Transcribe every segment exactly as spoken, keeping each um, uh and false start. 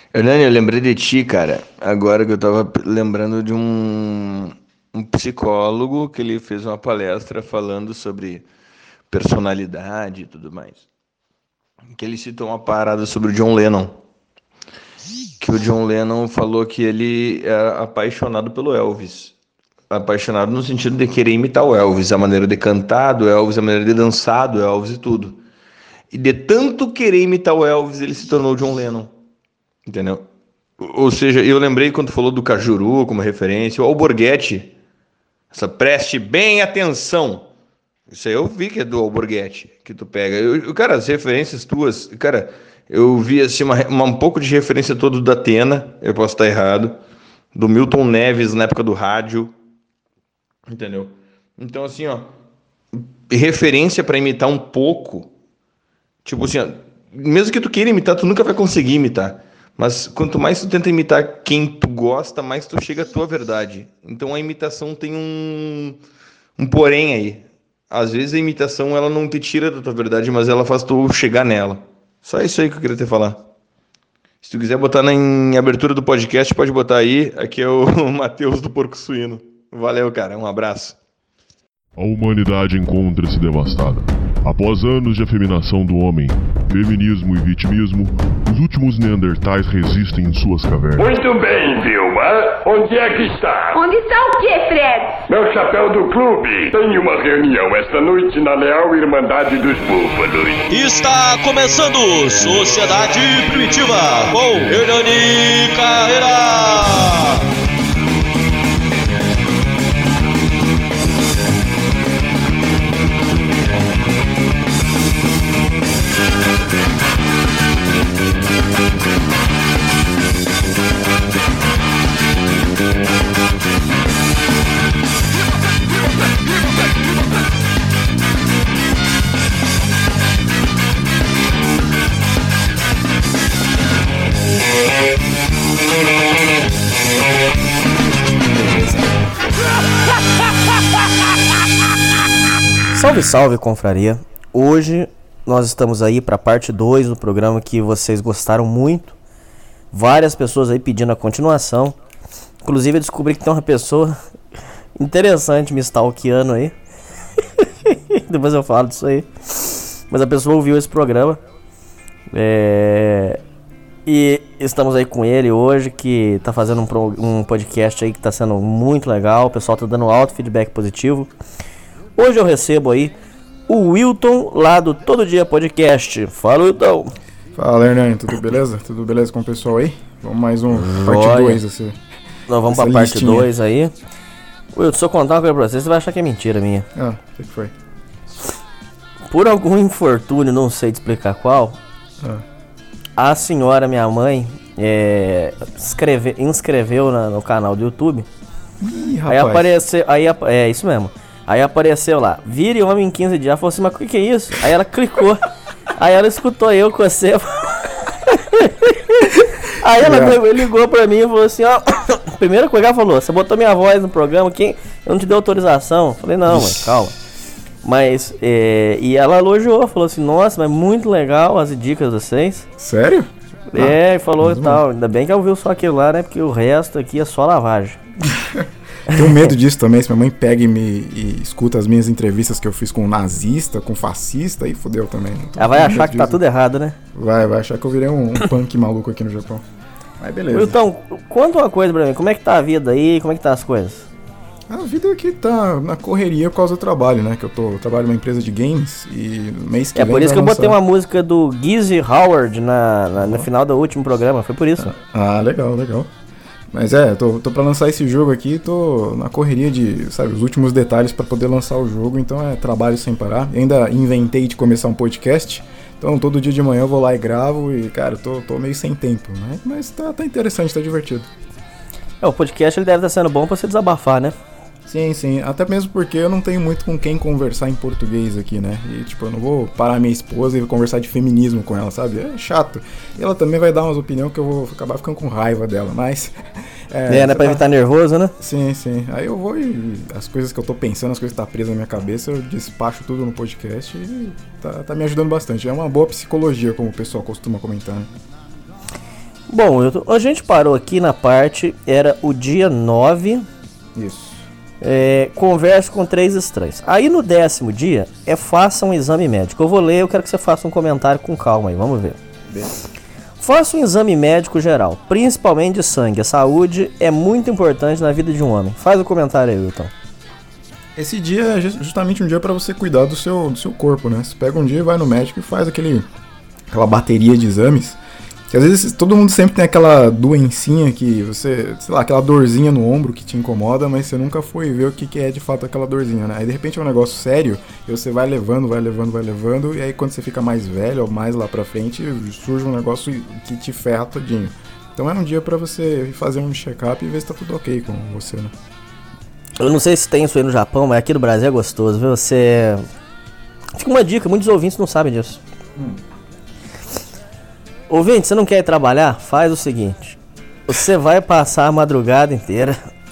Hernani, eu lembrei de ti, cara. Agora que eu tava lembrando de um, um psicólogo que ele fez uma palestra falando sobre personalidade e tudo mais. Que ele citou uma parada sobre o John Lennon. Que o John Lennon falou que ele era apaixonado pelo Elvis. Apaixonado no sentido de querer imitar o Elvis, a maneira de cantar do Elvis, a maneira de dançar do Elvis e tudo. E de tanto querer imitar o Elvis, ele se tornou o John Lennon. Entendeu? Ou seja, eu lembrei quando tu falou do Cajuru como referência, o Alborguete. Essa preste bem atenção. Isso aí eu vi que é do Alborguete que tu pega. Eu, cara, as referências tuas, cara, eu vi assim uma, uma, um pouco de referência todo da Atena, eu posso estar errado, do Milton Neves na época do rádio, entendeu? Então assim, ó, referência para imitar um pouco, tipo assim, ó, mesmo que tu queira imitar, tu nunca vai conseguir imitar. Mas quanto mais tu tenta imitar quem tu gosta, mais tu chega à tua verdade. Então a imitação tem um, um porém aí. Às vezes a imitação ela não te tira da tua verdade, mas ela faz tu chegar nela. Só isso aí que eu queria te falar. Se tu quiser botar na em abertura do podcast, pode botar aí. Aqui é o Matheus do Porco Suíno. Valeu, cara. Um abraço. A humanidade encontra-se devastada. Após anos de afeminação do homem, feminismo e vitimismo, os últimos neandertais resistem em suas cavernas. Muito bem, Vilma. Onde é que está? Onde está o quê, Fred? Meu chapéu do clube. Tem uma reunião esta noite na Leal Irmandade dos Búfalos. Está começando Sociedade Primitiva com Hernani Carreira. Salve, salve, confraria. Hoje nós estamos aí para a parte dois do programa que vocês gostaram muito. Várias pessoas aí pedindo a continuação. Inclusive eu descobri que tem uma pessoa interessante me stalkeando aí. Depois eu falo disso aí. Mas a pessoa ouviu esse programa. É... E estamos aí com ele hoje, que tá fazendo um, pro... um podcast aí que tá sendo muito legal. O pessoal tá dando alto feedback positivo. Hoje eu recebo aí o Wilton, lá do Todo Dia Podcast. Fala, Wilton. Fala, Hernani, tudo beleza? Tudo beleza com o pessoal aí? Vamos mais um, parte dois. Assim, Nós vamos pra parte dois aí. Wilton, se eu contar uma coisa pra você, você vai achar que é mentira minha. Ah, o que, que foi? Por algum infortúnio, não sei te explicar qual, ah. a senhora, minha mãe, é, escreve, inscreveu na, no canal do YouTube. Ih, aí apareceu, aí, é isso mesmo. Aí apareceu lá, vire homem em quinze dias. Ela falou assim, mas o que, que é isso? Aí ela clicou. Aí ela escutou eu com você. Aí ela yeah. ligou pra mim e falou assim, ó. Primeira coisa que ela falou, você botou minha voz no programa, quem? Eu não te dei autorização. Falei, não, mas calma. Mas, é, e ela elogiou, falou assim, nossa, mas muito legal as dicas de vocês. Sério? É, ah, e falou e tal. Ainda bem que ela ouviu só aquilo lá, né? Porque o resto aqui é só lavagem. Tenho medo disso também, se minha mãe pega e, me, e escuta as minhas entrevistas que eu fiz com um nazista, com um fascista, aí fodeu também. Ela vai achar que disso. Tá tudo errado, né? Vai, vai achar que eu virei um, um punk maluco aqui no Japão. Mas beleza. Então, conta uma coisa pra mim, como é que tá a vida aí, como é que tá as coisas? A vida aqui tá na correria por causa do trabalho, né? Que eu, tô, eu trabalho numa empresa de games e mês que é vem... É por isso que eu lançar. botei uma música do Gizzy Howard na, na, no final do último programa, foi por isso. Ah, legal, legal. Mas é, tô, tô pra lançar esse jogo aqui, tô na correria de, sabe, os últimos detalhes pra poder lançar o jogo, então é trabalho sem parar. E ainda inventei de começar um podcast, então todo dia de manhã eu vou lá e gravo e, cara, tô, tô meio sem tempo, né? Mas tá, tá interessante, tá divertido. É, o podcast ele deve estar sendo bom pra você desabafar, né? Sim, sim, até mesmo porque eu não tenho muito com quem conversar em português aqui, né? E tipo, eu não vou parar minha esposa e conversar de feminismo com ela, sabe? É chato. E ela também vai dar umas opiniões que eu vou acabar ficando com raiva dela, mas... É, é né? Pra tá... evitar nervoso, né? Sim, sim. Aí eu vou e as coisas que eu tô pensando, as coisas que tá presas na minha cabeça, eu despacho tudo no podcast e tá, tá me ajudando bastante. É uma boa psicologia, como o pessoal costuma comentar, né? Bom, eu, a gente parou aqui na parte, era o dia nove. Isso. É, converse com três estranhos. Aí no décimo dia, é faça um exame médico. Eu vou ler, eu quero que você faça um comentário com calma aí, vamos ver. Beleza. Faça um exame médico geral, principalmente de sangue. A saúde é muito importante na vida de um homem. Faz o comentário aí, Wilton. Esse dia é justamente um dia pra você cuidar do seu, do seu corpo, né? Você pega um dia, vai no médico e faz aquele, aquela bateria de exames. Que às vezes todo mundo sempre tem aquela doencinha que você, sei lá, aquela dorzinha no ombro que te incomoda, mas você nunca foi ver o que, que é de fato aquela dorzinha, né? Aí de repente é um negócio sério e você vai levando, vai levando, vai levando, e aí quando você fica mais velho ou mais lá pra frente, surge um negócio que te ferra todinho. Então é um dia pra você fazer um check-up e ver se tá tudo ok com você, né? Eu não sei se tem isso aí no Japão, mas aqui no Brasil é gostoso, viu? Você... Fica uma dica, muitos ouvintes não sabem disso. Hum. Ouvinte, você não quer ir trabalhar? Faz o seguinte. Você vai passar a madrugada inteira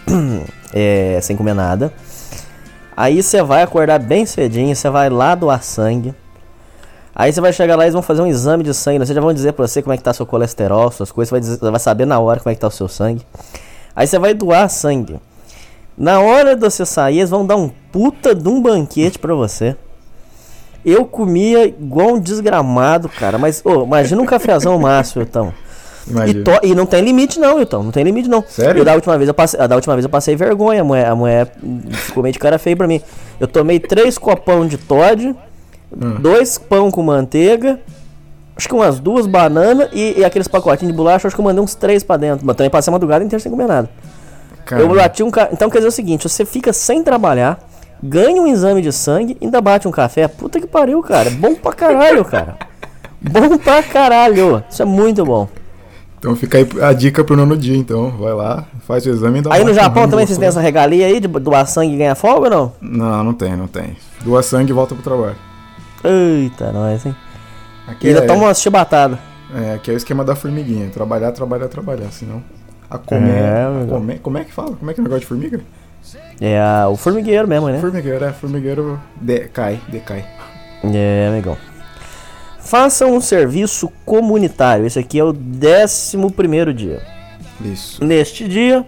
é, sem comer nada. Aí você vai acordar bem cedinho, você vai lá doar sangue. Aí você vai chegar lá e eles vão fazer um exame de sangue. Vocês já vão dizer pra você como é que tá seu colesterol, suas coisas. Você vai, dizer, você vai saber na hora como é que tá o seu sangue. Aí você vai doar sangue. Na hora de você sair, eles vão dar um puta de um banquete pra você. Eu comia igual um desgramado, cara. Mas, ô, imagina um cafezão Márcio, então. E, to... e não tem limite não, então. Não tem limite não. Sério? Eu, da, última vez eu passei, da última vez eu passei vergonha. A mulher, a mulher ficou meio de cara feia pra mim. Eu tomei três copão de Toddy, hum. dois pão com manteiga, acho que umas duas bananas e, e aqueles pacotinhos de bolacha, acho que eu mandei uns três pra dentro. Mas também passei a madrugada inteira sem comer nada. Caramba. Eu bati um ca... Então quer dizer o seguinte, você fica sem trabalhar, ganha um exame de sangue e ainda bate um café. Puta que pariu, cara. Bom pra caralho, cara. Bom pra caralho. Isso é muito bom. Então fica aí a dica pro nono dia, então. Vai lá, faz o exame e dá uma... Aí no Japão também vocês têm essa regalia aí de doar sangue e ganhar folga ou não? Não, não tem, não tem. Doa sangue e volta pro trabalho. Eita, nós, hein? Aqui e ainda é... toma umas chibatadas. É, aqui é o esquema da formiguinha. Trabalhar, trabalhar, trabalhar. Senão... A comer, é, a comer... Como é que fala? Como é que é o negócio de formiga? É a, o formigueiro mesmo, né? Formigueiro, é. Formigueiro decai, decai. É, legal. Faça um serviço comunitário. Esse aqui é o décimo primeiro dia. Isso. Neste dia,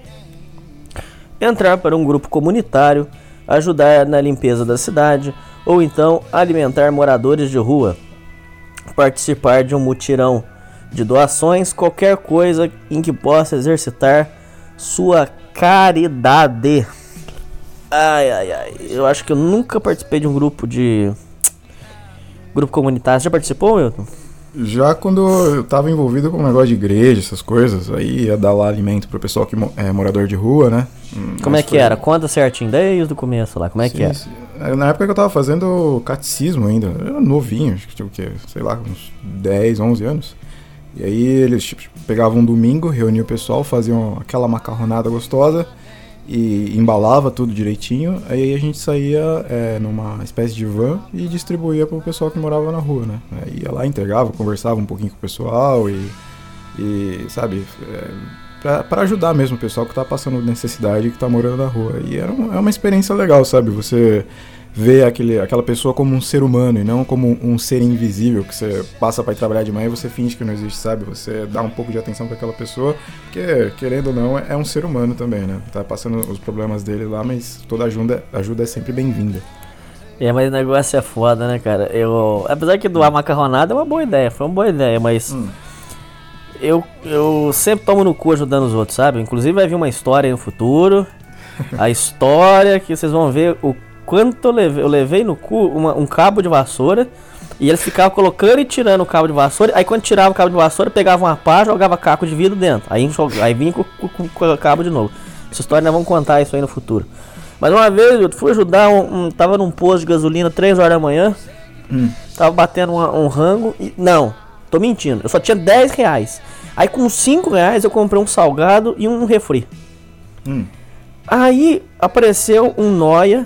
entrar para um grupo comunitário, ajudar na limpeza da cidade, ou então alimentar moradores de rua, participar de um mutirão de doações, qualquer coisa em que possa exercitar sua caridade. Ai, ai, ai. Eu acho que eu nunca participei de um grupo de... Grupo comunitário. Você já participou, Milton? Já quando eu tava envolvido com um negócio de igreja, essas coisas, aí ia dar lá alimento pro pessoal que é morador de rua, né? Como é que foi... era? Conta certinho, desde o começo lá, como é sim, que era? Sim. Na época que eu tava fazendo catecismo ainda, eu era novinho, acho que tinha o quê? Sei lá, uns dez, onze anos. E aí eles tipo, pegavam um domingo, reuniam o pessoal, faziam aquela macarronada gostosa e embalava tudo direitinho. Aí a gente saía é, numa espécie de van e distribuía pro pessoal que morava na rua, né? Aí ia lá, entregava, conversava um pouquinho com o pessoal e, e sabe, é, pra, pra ajudar mesmo o pessoal que tá passando necessidade e que tá morando na rua. E era uma, é uma experiência legal, sabe? Você ver aquele, aquela pessoa como um ser humano e não como um, um ser invisível que você passa pra ir trabalhar de manhã e você finge que não existe, sabe? Você dá um pouco de atenção pra aquela pessoa, porque, querendo ou não, é um ser humano também, né? Tá passando os problemas dele lá, mas toda ajuda, ajuda é sempre bem-vinda. É, mas o negócio é foda, né, cara? Eu, apesar que doar macarronada é uma boa ideia, foi uma boa ideia, mas... Hum. Eu, eu sempre tomo no cu ajudando os outros, sabe? Inclusive vai vir uma história aí no futuro, a história que vocês vão ver o quanto eu levei, eu levei no cu uma, um cabo de vassoura e eles ficavam colocando e tirando o cabo de vassoura. Aí quando tirava o cabo de vassoura, pegava uma pá, jogava caco de vidro dentro. Aí, aí vinha com, com, com o cabo de novo. Essa história nós vamos contar isso aí no futuro. Mas uma vez eu fui ajudar, um, um, tava num posto de gasolina três horas da manhã, hum. tava batendo uma, um rango e... Não, tô mentindo, eu só tinha dez reais. Aí com cinco reais eu comprei um salgado e um refri. Hum. Aí apareceu um nóia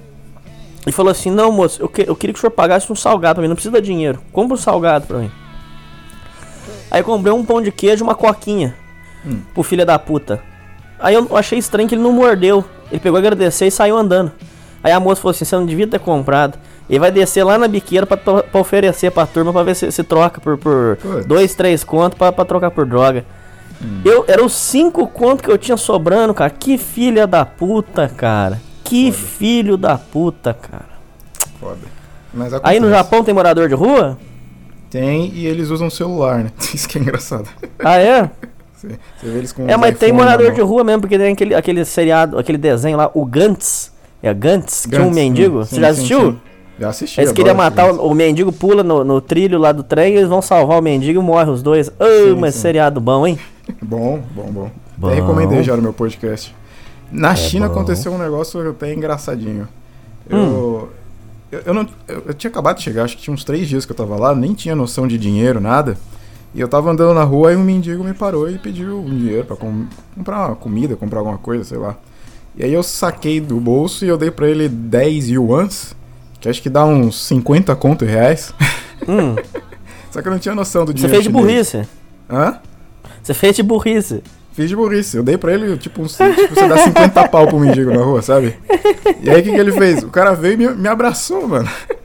e falou assim, não moço, eu, que, eu queria que o senhor pagasse um salgado pra mim, não precisa de dinheiro, compra um salgado pra mim. Aí eu comprei um pão de queijo e uma coquinha hum. pro filho da puta. Aí eu achei estranho que ele não mordeu, ele pegou a agradecer e saiu andando. Aí a moça falou assim, você não devia ter comprado. Ele vai descer lá na biqueira pra, pra oferecer pra turma pra ver se, se troca por, por dois, três contos pra, pra trocar por droga. Hum. Eu, era os cinco contos que eu tinha sobrando, cara. Que filha da puta, cara. Que Foda. filho da puta, cara. Foda. Mas aí no Japão tem morador de rua? Tem, e eles usam celular, né? Isso que é engraçado. Ah, é? Você, você vê eles com é, mas tem morador de rua mesmo, porque tem aquele, aquele seriado, aquele desenho lá, o Gantz. É Gantz, que é um mendigo. Sim, você já sim, assistiu? Sim. Já assisti. Eles queriam matar o, o mendigo, pula no, no trilho lá do trem, e eles vão salvar o mendigo e morrem os dois. Oh, mas sim. seriado bom, hein? Bom, bom, bom. bom. Até recomendei já no meu podcast. Na é China bom. Aconteceu um negócio até engraçadinho. Eu, hum. eu, eu, não, eu, eu tinha acabado de chegar, acho que tinha uns três dias que eu tava lá, nem tinha noção de dinheiro, nada. E eu tava andando na rua e um mendigo me parou e pediu um dinheiro pra com, comprar uma comida, comprar alguma coisa, sei lá. E aí eu saquei do bolso e eu dei pra ele dez yuans, que acho que dá uns cinquenta conto reais. Hum. Só que eu não tinha noção do dinheiro. Você fez de burrice? Hã? Você fez de burrice? Fiz de burrice. Eu dei pra ele, tipo, um, tipo você dá cinquenta pau pro mendigo na rua, sabe? E aí o que, que ele fez? O cara veio e me, me abraçou, mano.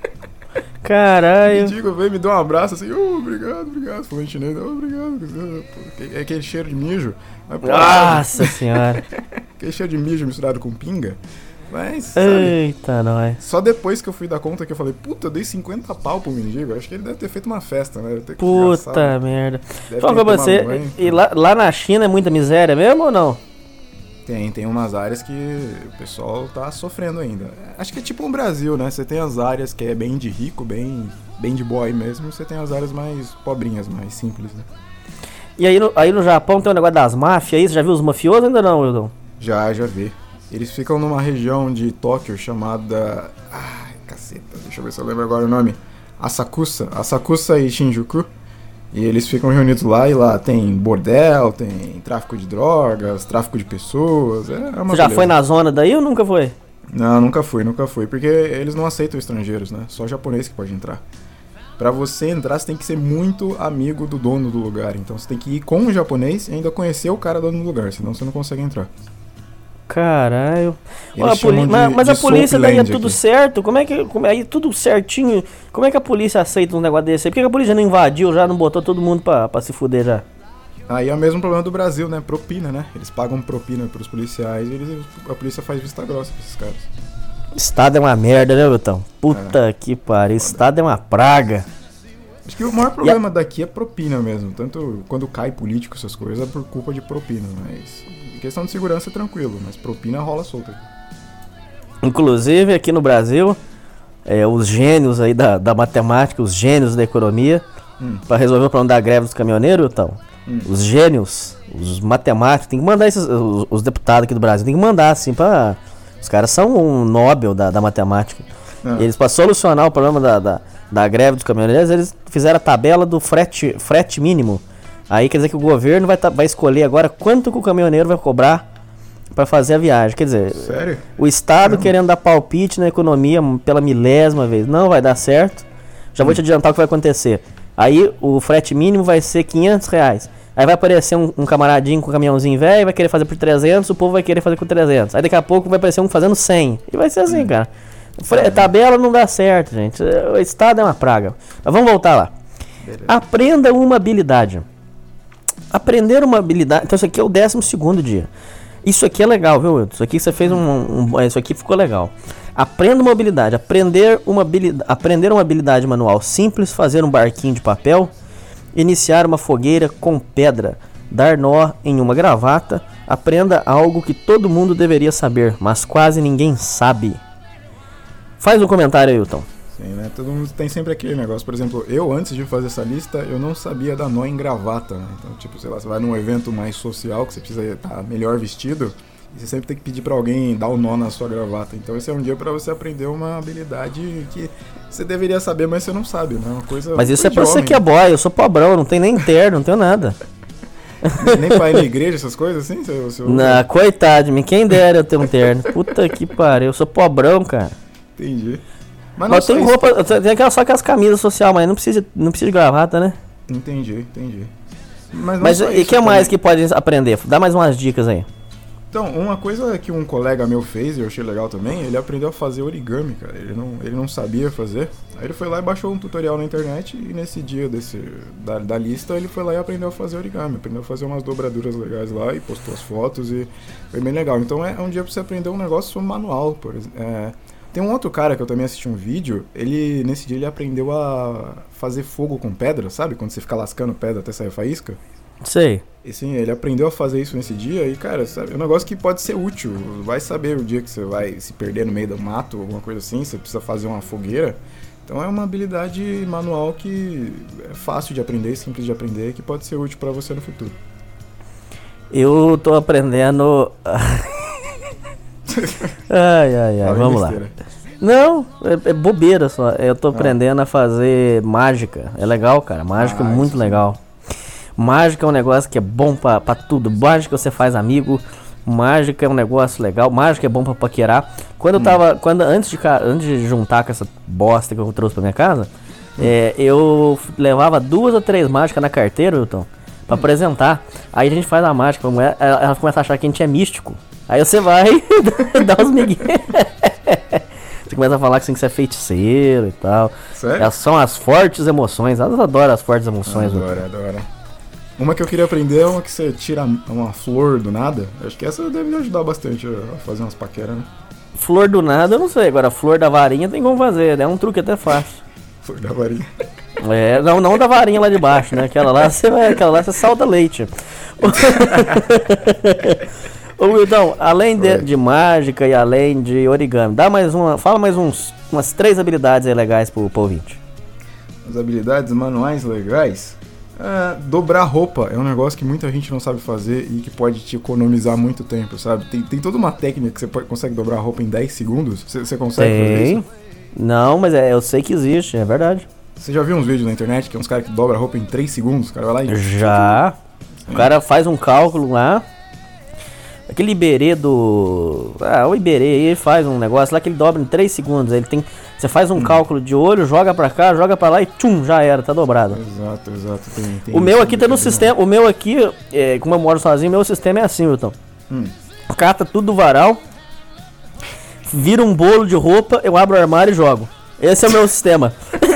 Caralho. O mendigo veio e me deu um abraço assim, oh, obrigado, obrigado. Falou em chinês, oh, obrigado. É aquele cheiro de mijo. Mas, pô, nossa senhora. Aquele cheiro de mijo misturado com pinga. Mas, sabe, eita, nós. Só depois que eu fui dar conta que eu falei, puta, eu dei cinquenta pau pro mendigo. Acho que ele deve ter feito uma festa, né? Ter puta que merda. Fala pra você, banho, e lá, lá na China é muita miséria mesmo ou não? Tem, tem umas áreas que o pessoal tá sofrendo ainda. Acho que é tipo um Brasil, né? Você tem as áreas que é bem de rico, bem, bem de boy mesmo. Você tem as áreas mais pobrinhas, mais simples, né? E aí no, aí no Japão tem um negócio das máfias aí, você já viu os mafiosos ainda não, Wildon? Já, já vi. Eles ficam numa região de Tóquio chamada... Ai, caceta, deixa eu ver se eu lembro agora o nome. Asakusa. Asakusa e Shinjuku. E eles ficam reunidos lá e lá tem bordel, tem tráfico de drogas, tráfico de pessoas. É uma Você já beleza. Foi na zona daí ou nunca foi? Não, nunca fui, nunca fui. Porque eles não aceitam estrangeiros, né? Só japonês que pode entrar. Pra você entrar, você tem que ser muito amigo do dono do lugar. Então você tem que ir com o japonês e ainda conhecer o cara dono do lugar, senão você não consegue entrar. Caralho. Olha, a poli- de, mas, mas a polícia daí é tudo aqui. Certo? Como é que. Como é, tudo certinho. Como é que a polícia aceita um negócio desse aí? Por que a polícia não invadiu já, não botou todo mundo pra, pra se fuder já? Aí é o mesmo problema do Brasil, né? Propina, né? Eles pagam propina pros policiais e eles, a polícia faz vista grossa pra esses caras. Estado é uma merda, né, Betão? Puta é. que pariu. Estado é uma praga. Acho que o maior problema a... daqui é propina mesmo. Tanto quando cai político, essas coisas, é por culpa de propina, mas... Em questão de segurança é tranquilo, mas propina rola solta. Inclusive aqui no Brasil, é, os gênios aí da, da matemática, os gênios da economia, hum. para resolver o problema da greve dos caminhoneiros, então, hum. os gênios, os matemáticos, tem que mandar esses, os, os deputados aqui do Brasil, tem que mandar assim para os caras são um Nobel da, da matemática. Ah. Eles para solucionar o problema da, da, da greve dos caminhoneiros, eles fizeram a tabela do frete, frete mínimo. Aí quer dizer que o governo vai, tá, vai escolher agora quanto que o caminhoneiro vai cobrar para fazer a viagem. Quer dizer, sério? O Estado Caramba. Querendo dar palpite na economia pela milésima vez. Não vai dar certo. Já hum. vou te adiantar o que vai acontecer. Aí o frete mínimo vai ser quinhentos reais. Aí vai aparecer um, um camaradinho com um caminhãozinho velho, vai querer fazer por trezentos, o povo vai querer fazer por trezentos. Aí daqui a pouco vai aparecer um fazendo cem. E vai ser assim, hum. cara. Fre- tabela não dá certo, gente. O Estado é uma praga. Mas vamos voltar lá. Beleza. Aprenda uma habilidade. Aprender uma habilidade. Então, isso aqui é o décimo segundo dia. Isso aqui é legal, viu, Wilton? Isso aqui você fez um, um. Isso aqui ficou legal. Aprenda uma habilidade. Aprender uma habilidade. Aprender uma habilidade manual simples. Fazer um barquinho de papel. Iniciar uma fogueira com pedra. Dar nó em uma gravata. Aprenda algo que todo mundo deveria saber, mas quase ninguém sabe. Faz um comentário aí, Wilton. Sim, né? Todo mundo tem sempre aquele negócio. Por exemplo, eu antes de fazer essa lista, eu não sabia dar nó em gravata, né? Então, tipo, sei lá, você vai num evento mais social, que você precisa estar melhor vestido, e você sempre tem que pedir pra alguém dar o nó na sua gravata. Então esse é um dia pra você aprender uma habilidade que você deveria saber, mas você não sabe, né? Uma coisa. Mas isso é pra você que é boy, eu sou pobrão, não tenho nem terno, não tenho nada. Nem pra ir na igreja, essas coisas assim? Seu, seu... Não, coitado de mim, quem dera eu ter um terno. Puta que pariu, eu sou pobrão, cara. Entendi. Mas, mas tem roupa, isso. Tem aquelas, só aquelas camisas social, mas não precisa, não precisa de gravata, né? Entendi, entendi. Mas, mas e o que mais que pode aprender? Dá mais umas dicas aí. Então, uma coisa que um colega meu fez e eu achei legal também, ele aprendeu a fazer origami, cara. Ele não, ele não sabia fazer. Aí ele foi lá e baixou um tutorial na internet e nesse dia desse, da, da lista ele foi lá e aprendeu a fazer origami. Aprendeu a fazer umas dobraduras legais lá e postou as fotos e foi bem legal. Então é um dia pra você aprender um negócio manual, por exemplo. É, tem um outro cara que eu também assisti um vídeo, ele nesse dia ele aprendeu a fazer fogo com pedra, sabe? Quando você fica lascando pedra até sair faísca. Sei. E sim, ele aprendeu a fazer isso nesse dia e, cara, sabe, é um negócio que pode ser útil. Vai saber o dia que você vai se perder no meio do mato, alguma coisa assim, você precisa fazer uma fogueira. Então é uma habilidade manual que é fácil de aprender, simples de aprender, que pode ser útil pra você no futuro. Eu tô aprendendo... ai, ai, ai, vamos lá. Não, é, é bobeira só. Eu tô ah. aprendendo a fazer mágica. É legal, cara. Mágica ah, é muito legal. Mágica é um negócio que é bom pra, pra tudo. Mágica você faz amigo. Mágica é um negócio legal. Mágica é bom pra paquerar. Quando hum. eu tava. Quando, antes, de, antes de juntar com essa bosta que eu trouxe pra minha casa, hum. é, eu levava duas ou três mágicas na carteira, Wilton, pra hum. apresentar. Aí a gente faz a mágica, ela, ela começa a achar que a gente é místico. Aí você vai dar os migué. Você começa a falar que você é feiticeiro e tal. Sério? Elas são as fortes emoções. Elas adoram as fortes emoções. Adoro, adoro. Uma que eu queria aprender é uma que você tira uma flor do nada. Acho que essa deve me ajudar bastante a fazer umas paqueras, né? Flor do nada eu não sei. Agora, flor da varinha tem como fazer. É um truque até fácil. Flor da varinha. É, não, não da varinha lá de baixo, né? Aquela lá você vai, aquela lá você salta leite. Ô Wildão, além de, de mágica e além de origami, dá mais uma, fala mais uns, umas três habilidades aí legais pro, pro ouvinte. As habilidades manuais legais? É, dobrar roupa é um negócio que muita gente não sabe fazer e que pode te economizar muito tempo, sabe? Tem, tem toda uma técnica que você pode, consegue dobrar a roupa em dez segundos. Você, você consegue tem. fazer isso? Não, mas é, eu sei que existe, é verdade. Você já viu uns vídeos na internet que é uns caras que dobram a roupa em três segundos? O cara vai lá e... Já. O cara faz um cálculo lá. Aquele Iberê do... Ah, o Iberê, ele faz um negócio lá que ele dobra em três segundos. Ele tem... Você faz um hum. cálculo de olho, joga pra cá, joga pra lá e tchum, já era, tá dobrado. Exato, exato. Tem, tem o meu aqui tá no sistema... O meu aqui, é, como eu moro sozinho, meu sistema é assim, Wilton. Hum. Cata tudo do varal, vira um bolo de roupa, eu abro o armário e jogo. Esse é o meu sistema.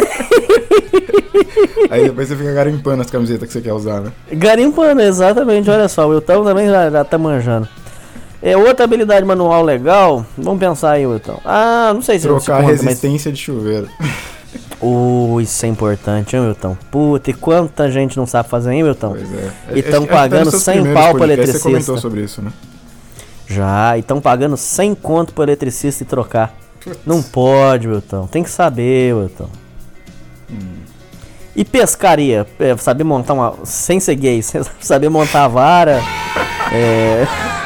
Aí depois você fica garimpando as camisetas que você quer usar, né? Garimpando, exatamente, olha só, o Wilton também já, já tá manjando. É, outra habilidade manual legal, vamos pensar aí, Wilton. Ah, não sei se trocar a resistência mas... de chuveiro. Uh, isso é importante, hein, Wilton? Puta, e quanta gente não sabe fazer, hein, Wilton? Pois é. E estão pagando cem pau pro eletricista. Você comentou sobre isso, né? Já, e estão pagando cem conto pro eletricista e trocar. Putz. Não pode, Wilton. Tem que saber, Wilton. Hum. E pescaria? É, saber montar uma... Sem ser gay, saber montar a vara. É...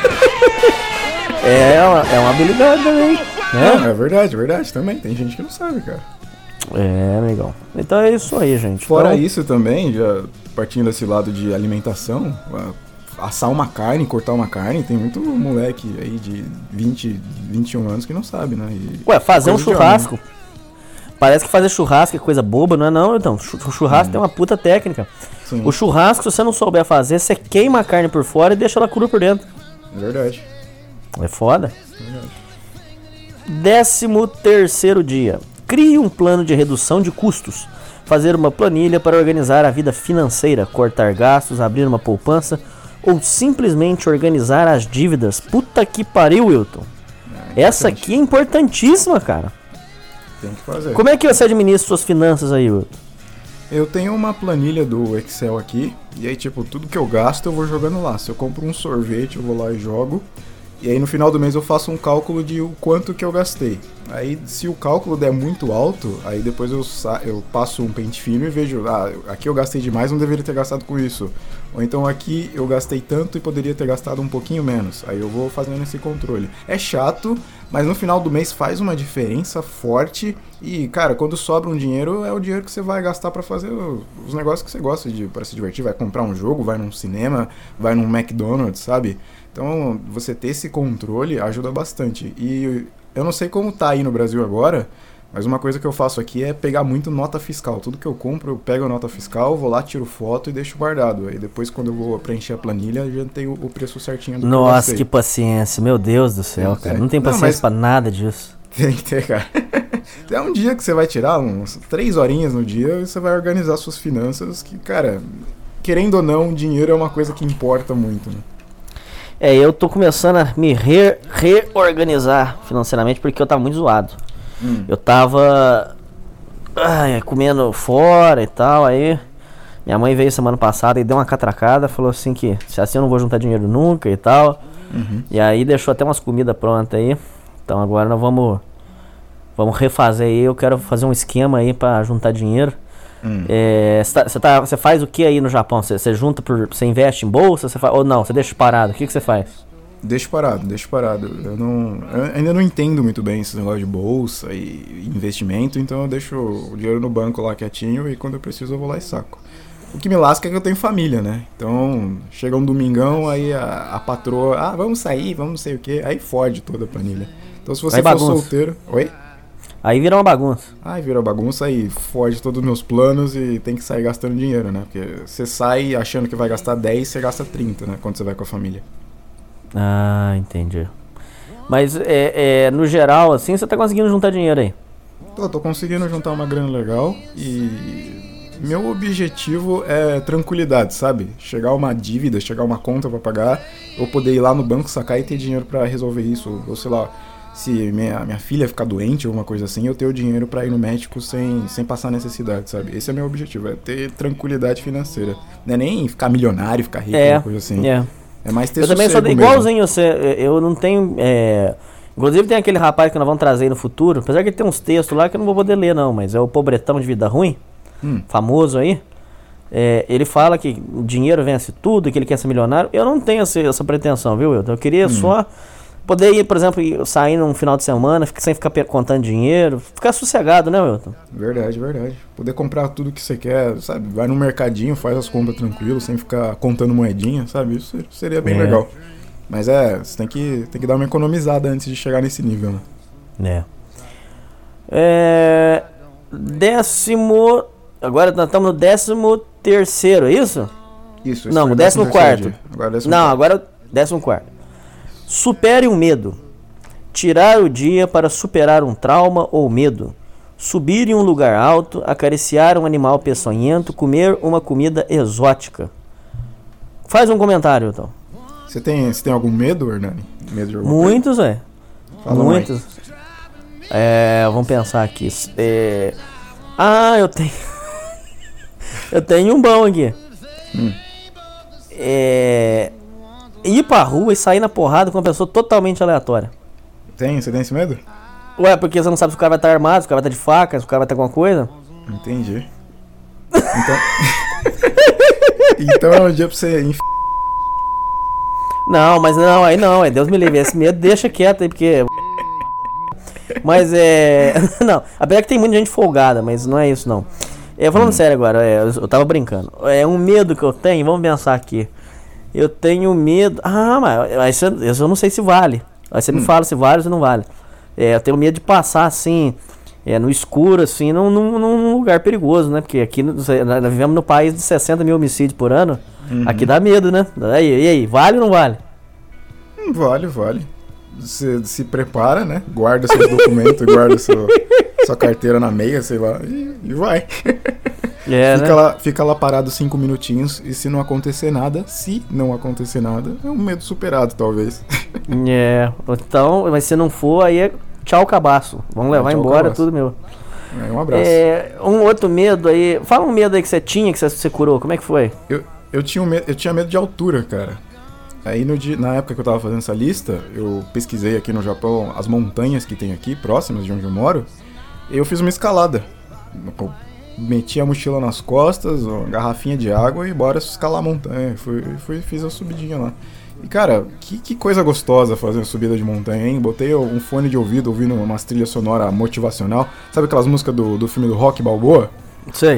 é, uma, é uma habilidade também. Né? É, é verdade, é verdade também. Tem gente que não sabe, cara. É, legal. Então é isso aí, gente. Fora então... isso também, já partindo desse lado de alimentação, assar uma carne, cortar uma carne, tem muito moleque aí de vinte, vinte e um anos que não sabe, né? E Ué, fazer um churrasco. Parece que fazer churrasco é coisa boba, não é não, então. O churrasco hum. tem uma puta técnica. Sim. O churrasco, se você não souber fazer, você queima a carne por fora e deixa ela crua por dentro. É verdade. É foda. É verdade. Décimo terceiro dia. Crie um plano de redução de custos. Fazer uma planilha para organizar a vida financeira, cortar gastos, abrir uma poupança ou simplesmente organizar as dívidas. Puta que pariu, Wilton. É Essa aqui é importantíssima, cara. Tem que fazer. Como é que você administra suas finanças aí, Wilton? Eu tenho uma planilha do Excel aqui, e aí, tipo, tudo que eu gasto eu vou jogando lá. Se eu compro um sorvete, eu vou lá e jogo. E aí no final do mês eu faço um cálculo de o quanto que eu gastei. Aí se o cálculo der muito alto, aí depois eu, sa- eu passo um pente fino e vejo, ah, aqui eu gastei demais, não deveria ter gastado com isso. Ou então aqui eu gastei tanto e poderia ter gastado um pouquinho menos. Aí eu vou fazendo esse controle. É chato, mas no final do mês faz uma diferença forte. E, cara, quando sobra um dinheiro, é o dinheiro que você vai gastar pra fazer os negócios que você gosta de, pra se divertir. Vai comprar um jogo, vai num cinema, vai num McDonald's, sabe? Então, você ter esse controle ajuda bastante. E eu não sei como tá aí no Brasil agora, Mas uma coisa que eu faço aqui é pegar muito nota fiscal. Tudo que eu compro, eu pego a nota fiscal, vou lá, tiro foto e deixo guardado. Aí depois, quando eu vou preencher a planilha, já tenho o preço certinho do Nossa, que eu que paciência. Meu Deus do céu, Tem, cara. Não tem paciência não, mas... pra nada disso. Tem que ter, cara. É um dia que você vai tirar uns três horinhas no dia e você vai organizar suas finanças, que, cara, querendo ou não, dinheiro é uma coisa que importa muito, né? É, eu tô começando a me re- reorganizar financeiramente porque eu tava muito zoado. Hum. Eu tava ai, comendo fora e tal, aí minha mãe veio semana passada e deu uma catracada, falou assim que se assim eu não vou juntar dinheiro nunca e tal. Uhum. E aí deixou até umas comidas prontas aí. Então agora nós vamos vamos refazer aí, eu quero fazer um esquema aí pra juntar dinheiro. Hum. É, você tá, tá, faz o que aí no Japão? Você junta por. Você investe em bolsa? Cê faz, ou não? Você deixa parado? O que você faz? Deixa parado, deixa parado. Eu, não, eu ainda não entendo muito bem esse negócio de bolsa e investimento, então eu deixo o dinheiro no banco lá quietinho e quando eu preciso eu vou lá e saco. O que me lasca é que eu tenho família, né? Então chega um domingão, aí a, a patroa, ah, vamos sair, vamos não sei o que, aí fode toda a planilha. Então se você for solteiro. Oi? Aí vira uma bagunça. Aí vira uma bagunça e foge todos os meus planos e tem que sair gastando dinheiro, né? Porque você sai achando que vai gastar dez, você gasta trinta, né? Quando você vai com a família. Ah, entendi. Mas, é, é, no geral, assim, você tá conseguindo juntar dinheiro aí? Tô, tô conseguindo juntar uma grana legal e meu objetivo é tranquilidade, sabe? Chegar uma dívida, chegar uma conta pra pagar, eu poder ir lá no banco, sacar e ter dinheiro pra resolver isso, ou sei lá... Se minha, minha filha ficar doente ou alguma coisa assim, eu ter o dinheiro pra ir no médico sem, sem passar necessidade, sabe? Esse é meu objetivo, é ter tranquilidade financeira. Não é nem ficar milionário, ficar rico, é, uma coisa assim. É, é mais ter eu sossego também sou mesmo. igualzinho você, eu não tenho... É... Inclusive tem aquele rapaz que nós vamos trazer aí no futuro, apesar que ele tem uns textos lá que eu não vou poder ler não, mas é o Pobretão de Vida Ruim, hum. famoso aí. É, ele fala que o dinheiro vence tudo, que ele quer ser milionário. Eu não tenho essa, essa pretensão, viu, Wilton? Eu queria hum. só... Poder ir, por exemplo, sair num final de semana, sem ficar contando dinheiro, ficar sossegado, né, Wilton? Verdade, verdade. Poder comprar tudo que você quer, sabe? Vai no mercadinho, faz as compras tranquilo, sem ficar contando moedinha, sabe? Isso seria bem é. legal. Mas é, você tem que, tem que dar uma economizada antes de chegar nesse nível, né? É... é décimo... Agora nós estamos no décimo terceiro, é isso? Isso, isso. Não, o décimo quarto. Agora décimo Não, quarto. agora décimo quarto. Supere o medo. Tirar o dia para superar um trauma ou medo. Subir em um lugar alto, acariciar um animal peçonhento, comer uma comida exótica. Faz um comentário, então. Você tem, você tem algum medo, Hernani? Medo de alguma Muitos, é. Muitos. Mais. É, vamos pensar aqui. É... Ah, eu tenho. eu tenho um bom aqui. Hum. É... Ir pra rua e sair na porrada com uma pessoa totalmente aleatória. Tem? Você tem esse medo? Ué, porque você não sabe se o cara vai estar armado, se o cara vai estar de faca, se o cara vai estar com alguma coisa. Entendi. Então... então é um dia pra você... Inf... Não, mas não, aí não, é Deus me livre. Esse medo deixa quieto aí, porque... Mas é... Não, apesar que tem muita gente folgada, mas não é isso não. É, falando hum. sério agora, é, eu tava brincando. É um medo que eu tenho, vamos pensar aqui. Eu tenho medo... Ah, mas isso eu não sei se vale. Aí você hum. me fala se vale ou se não vale. É, eu tenho medo de passar assim, é, no escuro, assim, num, num, num lugar perigoso, né? Porque aqui nós vivemos no país de sessenta mil homicídios por ano. Uhum. Aqui dá medo, né? Aí, e aí, vale ou não vale? Hum, vale, vale. Você se prepara, né? Guarda seus documentos, guarda seu, sua carteira na meia, sei lá, e, e vai. É, fica, né? lá, fica lá parado cinco minutinhos e se não acontecer nada, se não acontecer nada, é um medo superado, talvez. É, então, mas se não for, aí é tchau cabaço. Vamos levar é, embora cabaço. Tudo meu. É, um abraço. É, um outro medo aí, fala um medo aí que você tinha, que você, você curou, como é que foi? Eu, eu, tinha um medo, eu tinha medo de altura, cara. Aí no dia, na época que eu tava fazendo essa lista, eu pesquisei aqui no Japão as montanhas que tem aqui, próximas de onde eu moro, e eu fiz uma escalada. Eu meti a mochila nas costas, uma garrafinha de água e bora escalar a montanha. Fui, fui, fiz a subidinha lá. E cara, que, que coisa gostosa fazer uma subida de montanha, hein? Botei um fone de ouvido ouvindo umas trilhas sonoras motivacional. Sabe aquelas músicas do, do filme do Rock Balboa? Sei.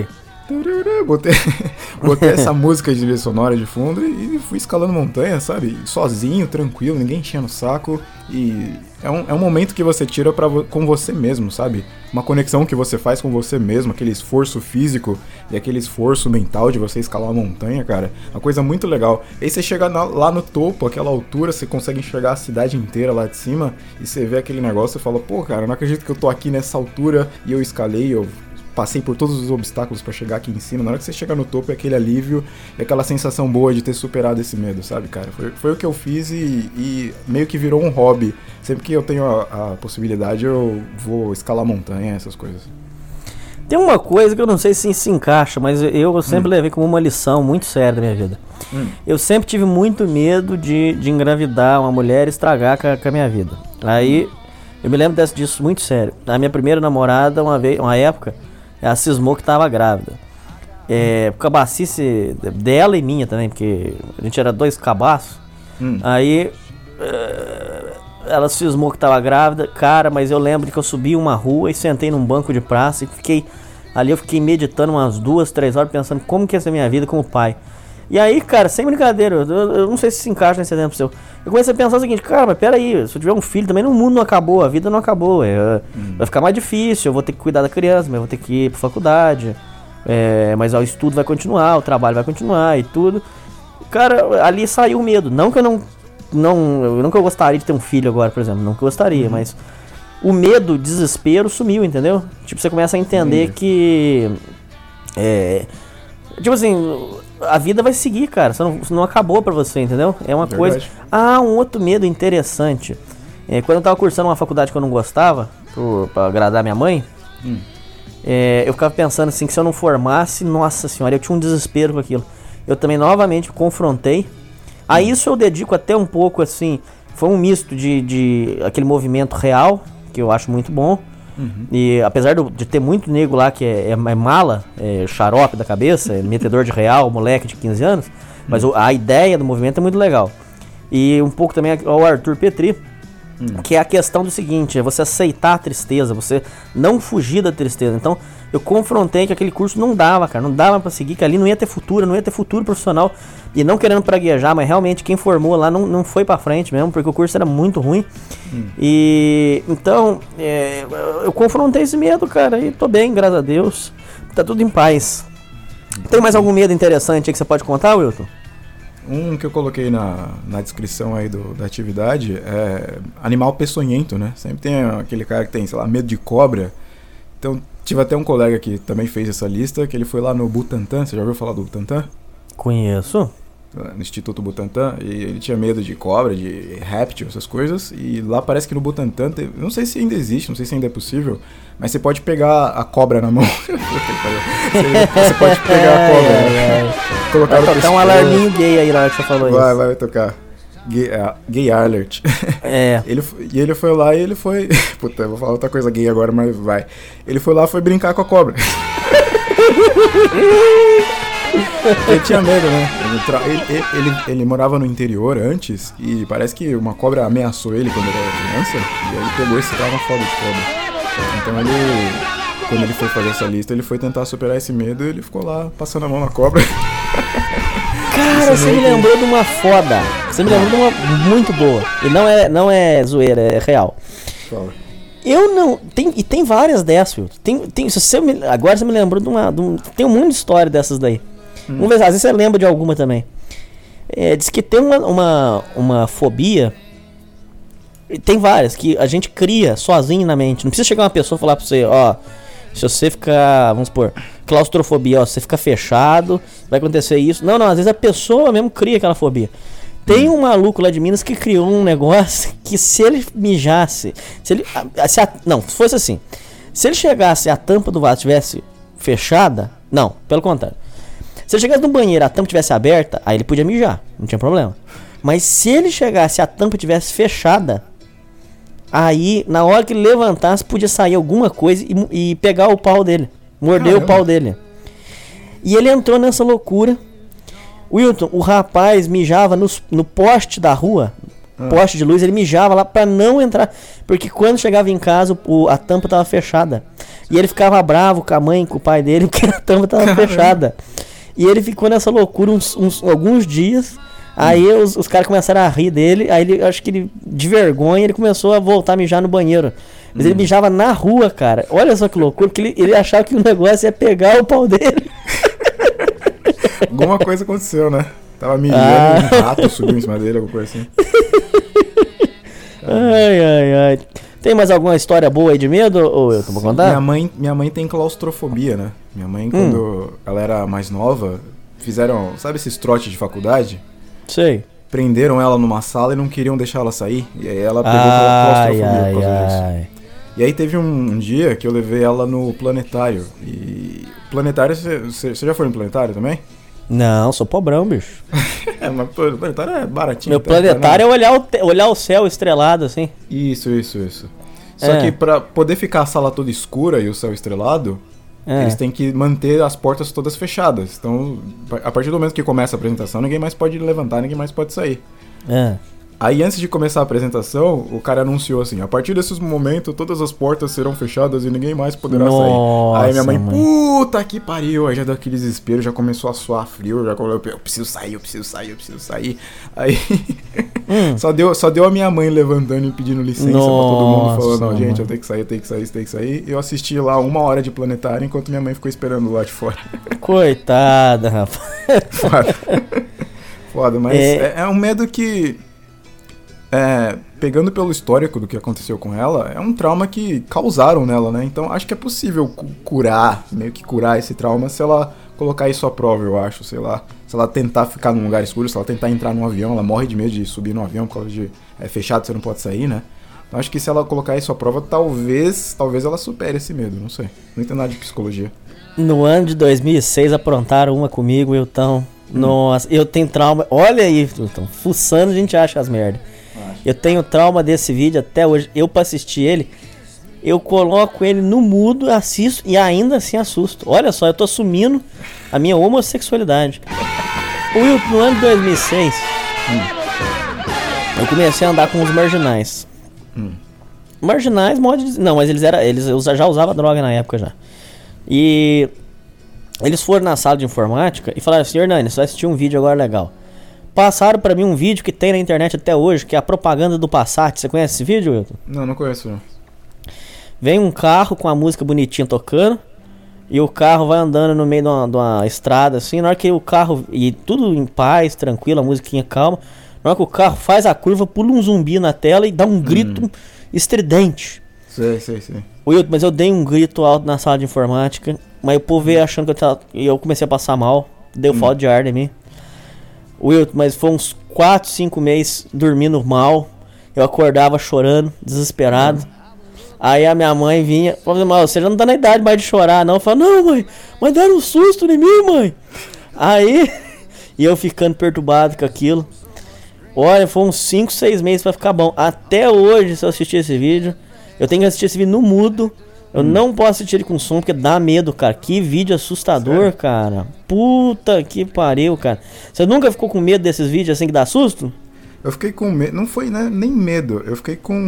Botei, botei essa música de trilha sonora de fundo e fui escalando montanha, sabe? Sozinho, tranquilo, ninguém enchendo o saco. E é um, é um momento que você tira pra, com você mesmo, sabe? Uma conexão que você faz com você mesmo, aquele esforço físico e aquele esforço mental de você escalar a montanha, cara. Uma coisa muito legal. E aí você chega na, lá no topo, aquela altura, você consegue enxergar a cidade inteira lá de cima e você vê aquele negócio e fala, pô, cara, eu não acredito que eu tô aqui nessa altura e eu escalei, eu passei por todos os obstáculos pra chegar aqui em cima. Na hora que você chega no topo é aquele alívio e aquela sensação boa de ter superado esse medo, sabe, cara? Foi, foi o que eu fiz e, e meio que virou um hobby. Sempre que eu tenho a, a possibilidade, eu vou escalar montanha, essas coisas. Tem uma coisa que eu não sei se se encaixa, mas eu sempre hum. levei como uma lição muito séria da minha vida. Hum. Eu sempre tive muito medo de, de engravidar uma mulher e estragar com a, com a minha vida. Aí, eu me lembro desse, disso muito sério. A minha primeira namorada, uma, vez, uma época, ela cismou que estava grávida. É, por cabacice dela e minha também, porque a gente era dois cabaços. Hum. Aí é, ela cismou que estava grávida, cara, mas eu lembro que eu subi uma rua e sentei num banco de praça e fiquei ali, eu fiquei meditando umas duas, três horas, pensando como que ia ser a minha vida como pai. E aí, cara, sem brincadeira, eu, eu não sei se se encaixa nesse exemplo seu. Eu comecei a pensar o seguinte, cara, mas peraí, se eu tiver um filho também, o mundo não acabou, a vida não acabou. É, hum. Vai ficar mais difícil, eu vou ter que cuidar da criança, mas eu vou ter que ir pra faculdade. É, mas ó, o estudo vai continuar, o trabalho vai continuar e tudo. Cara, ali saiu o medo. Não que eu não. Não, não que eu gostaria de ter um filho agora, por exemplo. Não que eu gostaria, hum. mas o medo, o desespero sumiu, entendeu? Tipo, você começa a entender hum. que. É. Tipo assim, a vida vai seguir, cara. Você não, não acabou pra você, entendeu? É uma Verdade. coisa. Ah, um outro medo interessante. É, quando eu tava cursando uma faculdade que eu não gostava, pro, pra agradar minha mãe, hum. é, eu ficava pensando assim, que se eu não formasse, nossa senhora, eu tinha um desespero com aquilo. Eu também novamente confrontei. A isso eu dedico até um pouco, assim, foi um misto de, de aquele movimento real, que eu acho muito bom. Uhum. E apesar do, de ter muito nego lá que é, é, é mala, é xarope da cabeça, é metedor de real, moleque de quinze anos, mas uhum. a ideia do movimento é muito legal. E um pouco também ao Arthur Petri, uhum. que é a questão do seguinte, é você aceitar a tristeza, você não fugir da tristeza. Então eu confrontei que aquele curso não dava, cara, não dava pra seguir, que ali não ia ter futuro, não ia ter futuro profissional. E não querendo praguejar, mas realmente quem formou lá não, não foi pra frente mesmo, porque o curso era muito ruim. Hum. E então, é, eu confrontei esse medo, cara, e tô bem, graças a Deus. Tá tudo em paz. Tem mais algum medo interessante aí que você pode contar, Wilton? Um que eu coloquei na, na descrição aí do, da atividade é animal peçonhento, né? Sempre tem aquele cara que tem, sei lá, medo de cobra. Então, tive até um colega que também fez essa lista, que ele foi lá no Butantan. Você já ouviu falar do Butantan? Conheço. No Instituto Butantan, e ele tinha medo de cobra, de réptil, essas coisas, e lá parece que no Butantan, tem, não sei se ainda existe, não sei se ainda é possível, mas você pode pegar a cobra na mão. você, você pode pegar a cobra, é, é. Colocar vai tocar um alarminho gay aí na hora que você falou vai, isso. Vai, vai tocar. Gay, uh, gay alert. É. ele, e ele foi lá e ele foi... Puta, eu vou falar outra coisa gay agora, mas vai. Ele foi lá e foi brincar com a cobra. Ele tinha medo, né? Ele, tra... ele, ele, ele, ele morava no interior antes e parece que uma cobra ameaçou ele quando ele era criança e aí ele pegou esse trauma foda de cobra. Então ele, quando ele foi fazer essa lista, ele foi tentar superar esse medo e ele ficou lá passando a mão na cobra. Cara, você me lembrou de uma foda. Você me lembrou de uma muito boa. E não é, não é zoeira, é real. Fala. Eu não... Tem, e tem várias dessas, viu? Tem, tem, se você me, agora você me lembrou de uma... De um, tem um monte de história dessas daí. Hum. Vamos ver, às vezes você lembra de alguma também. É, diz que tem uma, uma, uma fobia. Tem várias que a gente cria sozinho na mente. Não precisa chegar uma pessoa e falar pra você, ó, se você ficar, vamos supor, claustrofobia, ó, se você ficar fechado, vai acontecer isso. Não, não, às vezes a pessoa mesmo cria aquela fobia. Tem um maluco lá de Minas que criou um negócio que se ele mijasse, se ele, se a, não, se fosse assim, se ele chegasse e a tampa do vaso estivesse fechada, não, pelo contrário. Se ele chegasse no banheiro e a tampa estivesse aberta, aí ele podia mijar, não tinha problema. Mas se ele chegasse e a tampa estivesse fechada, aí na hora que ele levantasse podia sair alguma coisa e, e pegar o pau dele, morder Caramba. o pau dele. E ele entrou nessa loucura. Wilton, o rapaz mijava no, no poste da rua, ah. poste de luz, ele mijava lá pra não entrar, porque quando chegava em casa o, a tampa tava fechada. E ele ficava bravo com a mãe, com o pai dele, porque a tampa tava Caramba. fechada. E ele ficou nessa loucura uns, uns alguns dias. Aí hum. os, os caras começaram a rir dele. Aí ele, acho que ele, de vergonha, ele começou a voltar a mijar no banheiro. Mas hum. ele mijava na rua, cara. Olha só que loucura, porque ele, ele achava que o negócio ia pegar o pau dele. Alguma coisa aconteceu, né? Tava mijando, ah. um rato subiu em cima dele, alguma coisa assim. Ai, ai, ai. Tem mais alguma história boa aí de medo, ou eu tô pra contar? Minha mãe, minha mãe tem claustrofobia, né? Minha mãe, quando hum. ela era mais nova, fizeram, sabe esses trotes de faculdade? Sei. Prenderam ela numa sala e não queriam deixar ela sair. E aí ela pegou ai, claustrofobia ai, por causa ai. disso. E aí teve um, um dia que eu levei ela no planetário. E planetário, você já foi no planetário também? Não, sou pobrão, bicho. É, mas o planetário é baratinho. Meu planetário é olhar o, te, olhar o céu estrelado, assim. Isso, isso, isso. Só é. que pra poder ficar a sala toda escura e o céu estrelado, é. eles têm que manter as portas todas fechadas. Então, a partir do momento que começa a apresentação, ninguém mais pode levantar, ninguém mais pode sair. É. Aí, antes de começar a apresentação, o cara anunciou assim: a partir desses momentos, todas as portas serão fechadas e ninguém mais poderá Nossa, sair. Aí minha mãe, mãe, puta que pariu. Aí já deu aquele desespero, já começou a suar frio. Já eu, eu preciso sair, eu preciso sair, eu preciso sair. Aí hum. só, deu, só deu a minha mãe levantando e pedindo licença Nossa, pra todo mundo, falando: não, gente, eu tenho que sair, eu tenho que sair, eu tenho que sair. Eu assisti lá uma hora de planetário enquanto minha mãe ficou esperando lá de fora. Coitada, rapaz. Foda. Foda, mas é, é, é um medo que. É, pegando pelo histórico do que aconteceu com ela, é um trauma que causaram nela, né? Então acho que é possível curar, meio que curar esse trauma se ela colocar isso à prova, eu acho, sei lá. Se ela tentar ficar num lugar escuro, se ela tentar entrar num avião, ela morre de medo de subir no avião por causa de é fechado, você não pode sair, né? Então acho que se ela colocar isso à prova, talvez, talvez ela supere esse medo, não sei. Não entendo nada de psicologia. No ano de dois mil e seis aprontaram uma comigo, Wilton. Hum. Nossa, eu tenho trauma. Olha aí, Wilton, fuçando a gente acha as merdas. Eu tenho trauma desse vídeo até hoje. Eu, pra assistir ele, eu coloco ele no mudo, assisto e ainda assim assusto. Olha só, eu tô assumindo a minha homossexualidade. O Wilton, no ano de dois mil e seis, hum, eu comecei a andar com os marginais. Hum. Marginais, modo de... Não, mas eles, era, eles já usavam droga na época já. E eles foram na sala de informática e falaram assim: Hernani, você vai assistir um vídeo agora legal. Passaram pra mim um vídeo que tem na internet até hoje, que é a propaganda do Passat. Você conhece esse vídeo, Wilton? Não, não conheço não. Vem um carro com a música bonitinha tocando, e o carro vai andando no meio de uma, de uma estrada, assim. Na hora que o carro... E tudo em paz, tranquilo, a musiquinha calma. Na hora que o carro faz a curva, pula um zumbi na tela e dá um grito hum. estridente. Sei, sei, sei. Wilton, mas eu dei um grito alto na sala de informática, mas o povo veio achando que eu tava... E eu comecei a passar mal. Deu hum. falta de ar em mim. Wilton, mas foi uns quatro, cinco meses dormindo mal. Eu acordava chorando, desesperado. Uhum. Aí a minha mãe vinha, falando: mas você já não tá na idade mais de chorar, não. Eu falava: não, mãe, mas deram um susto em mim, mãe. Aí, e eu ficando perturbado com aquilo. Olha, foi uns cinco, seis meses pra ficar bom. Até hoje, se eu assistir esse vídeo, eu tenho que assistir esse vídeo no mudo. Eu hum. não posso assistir ele com som, porque dá medo, cara. Que vídeo assustador, Sério? cara. Puta que pariu, cara. Você nunca ficou com medo desses vídeos assim que dá susto? Eu fiquei com medo, não foi né, nem medo, eu fiquei com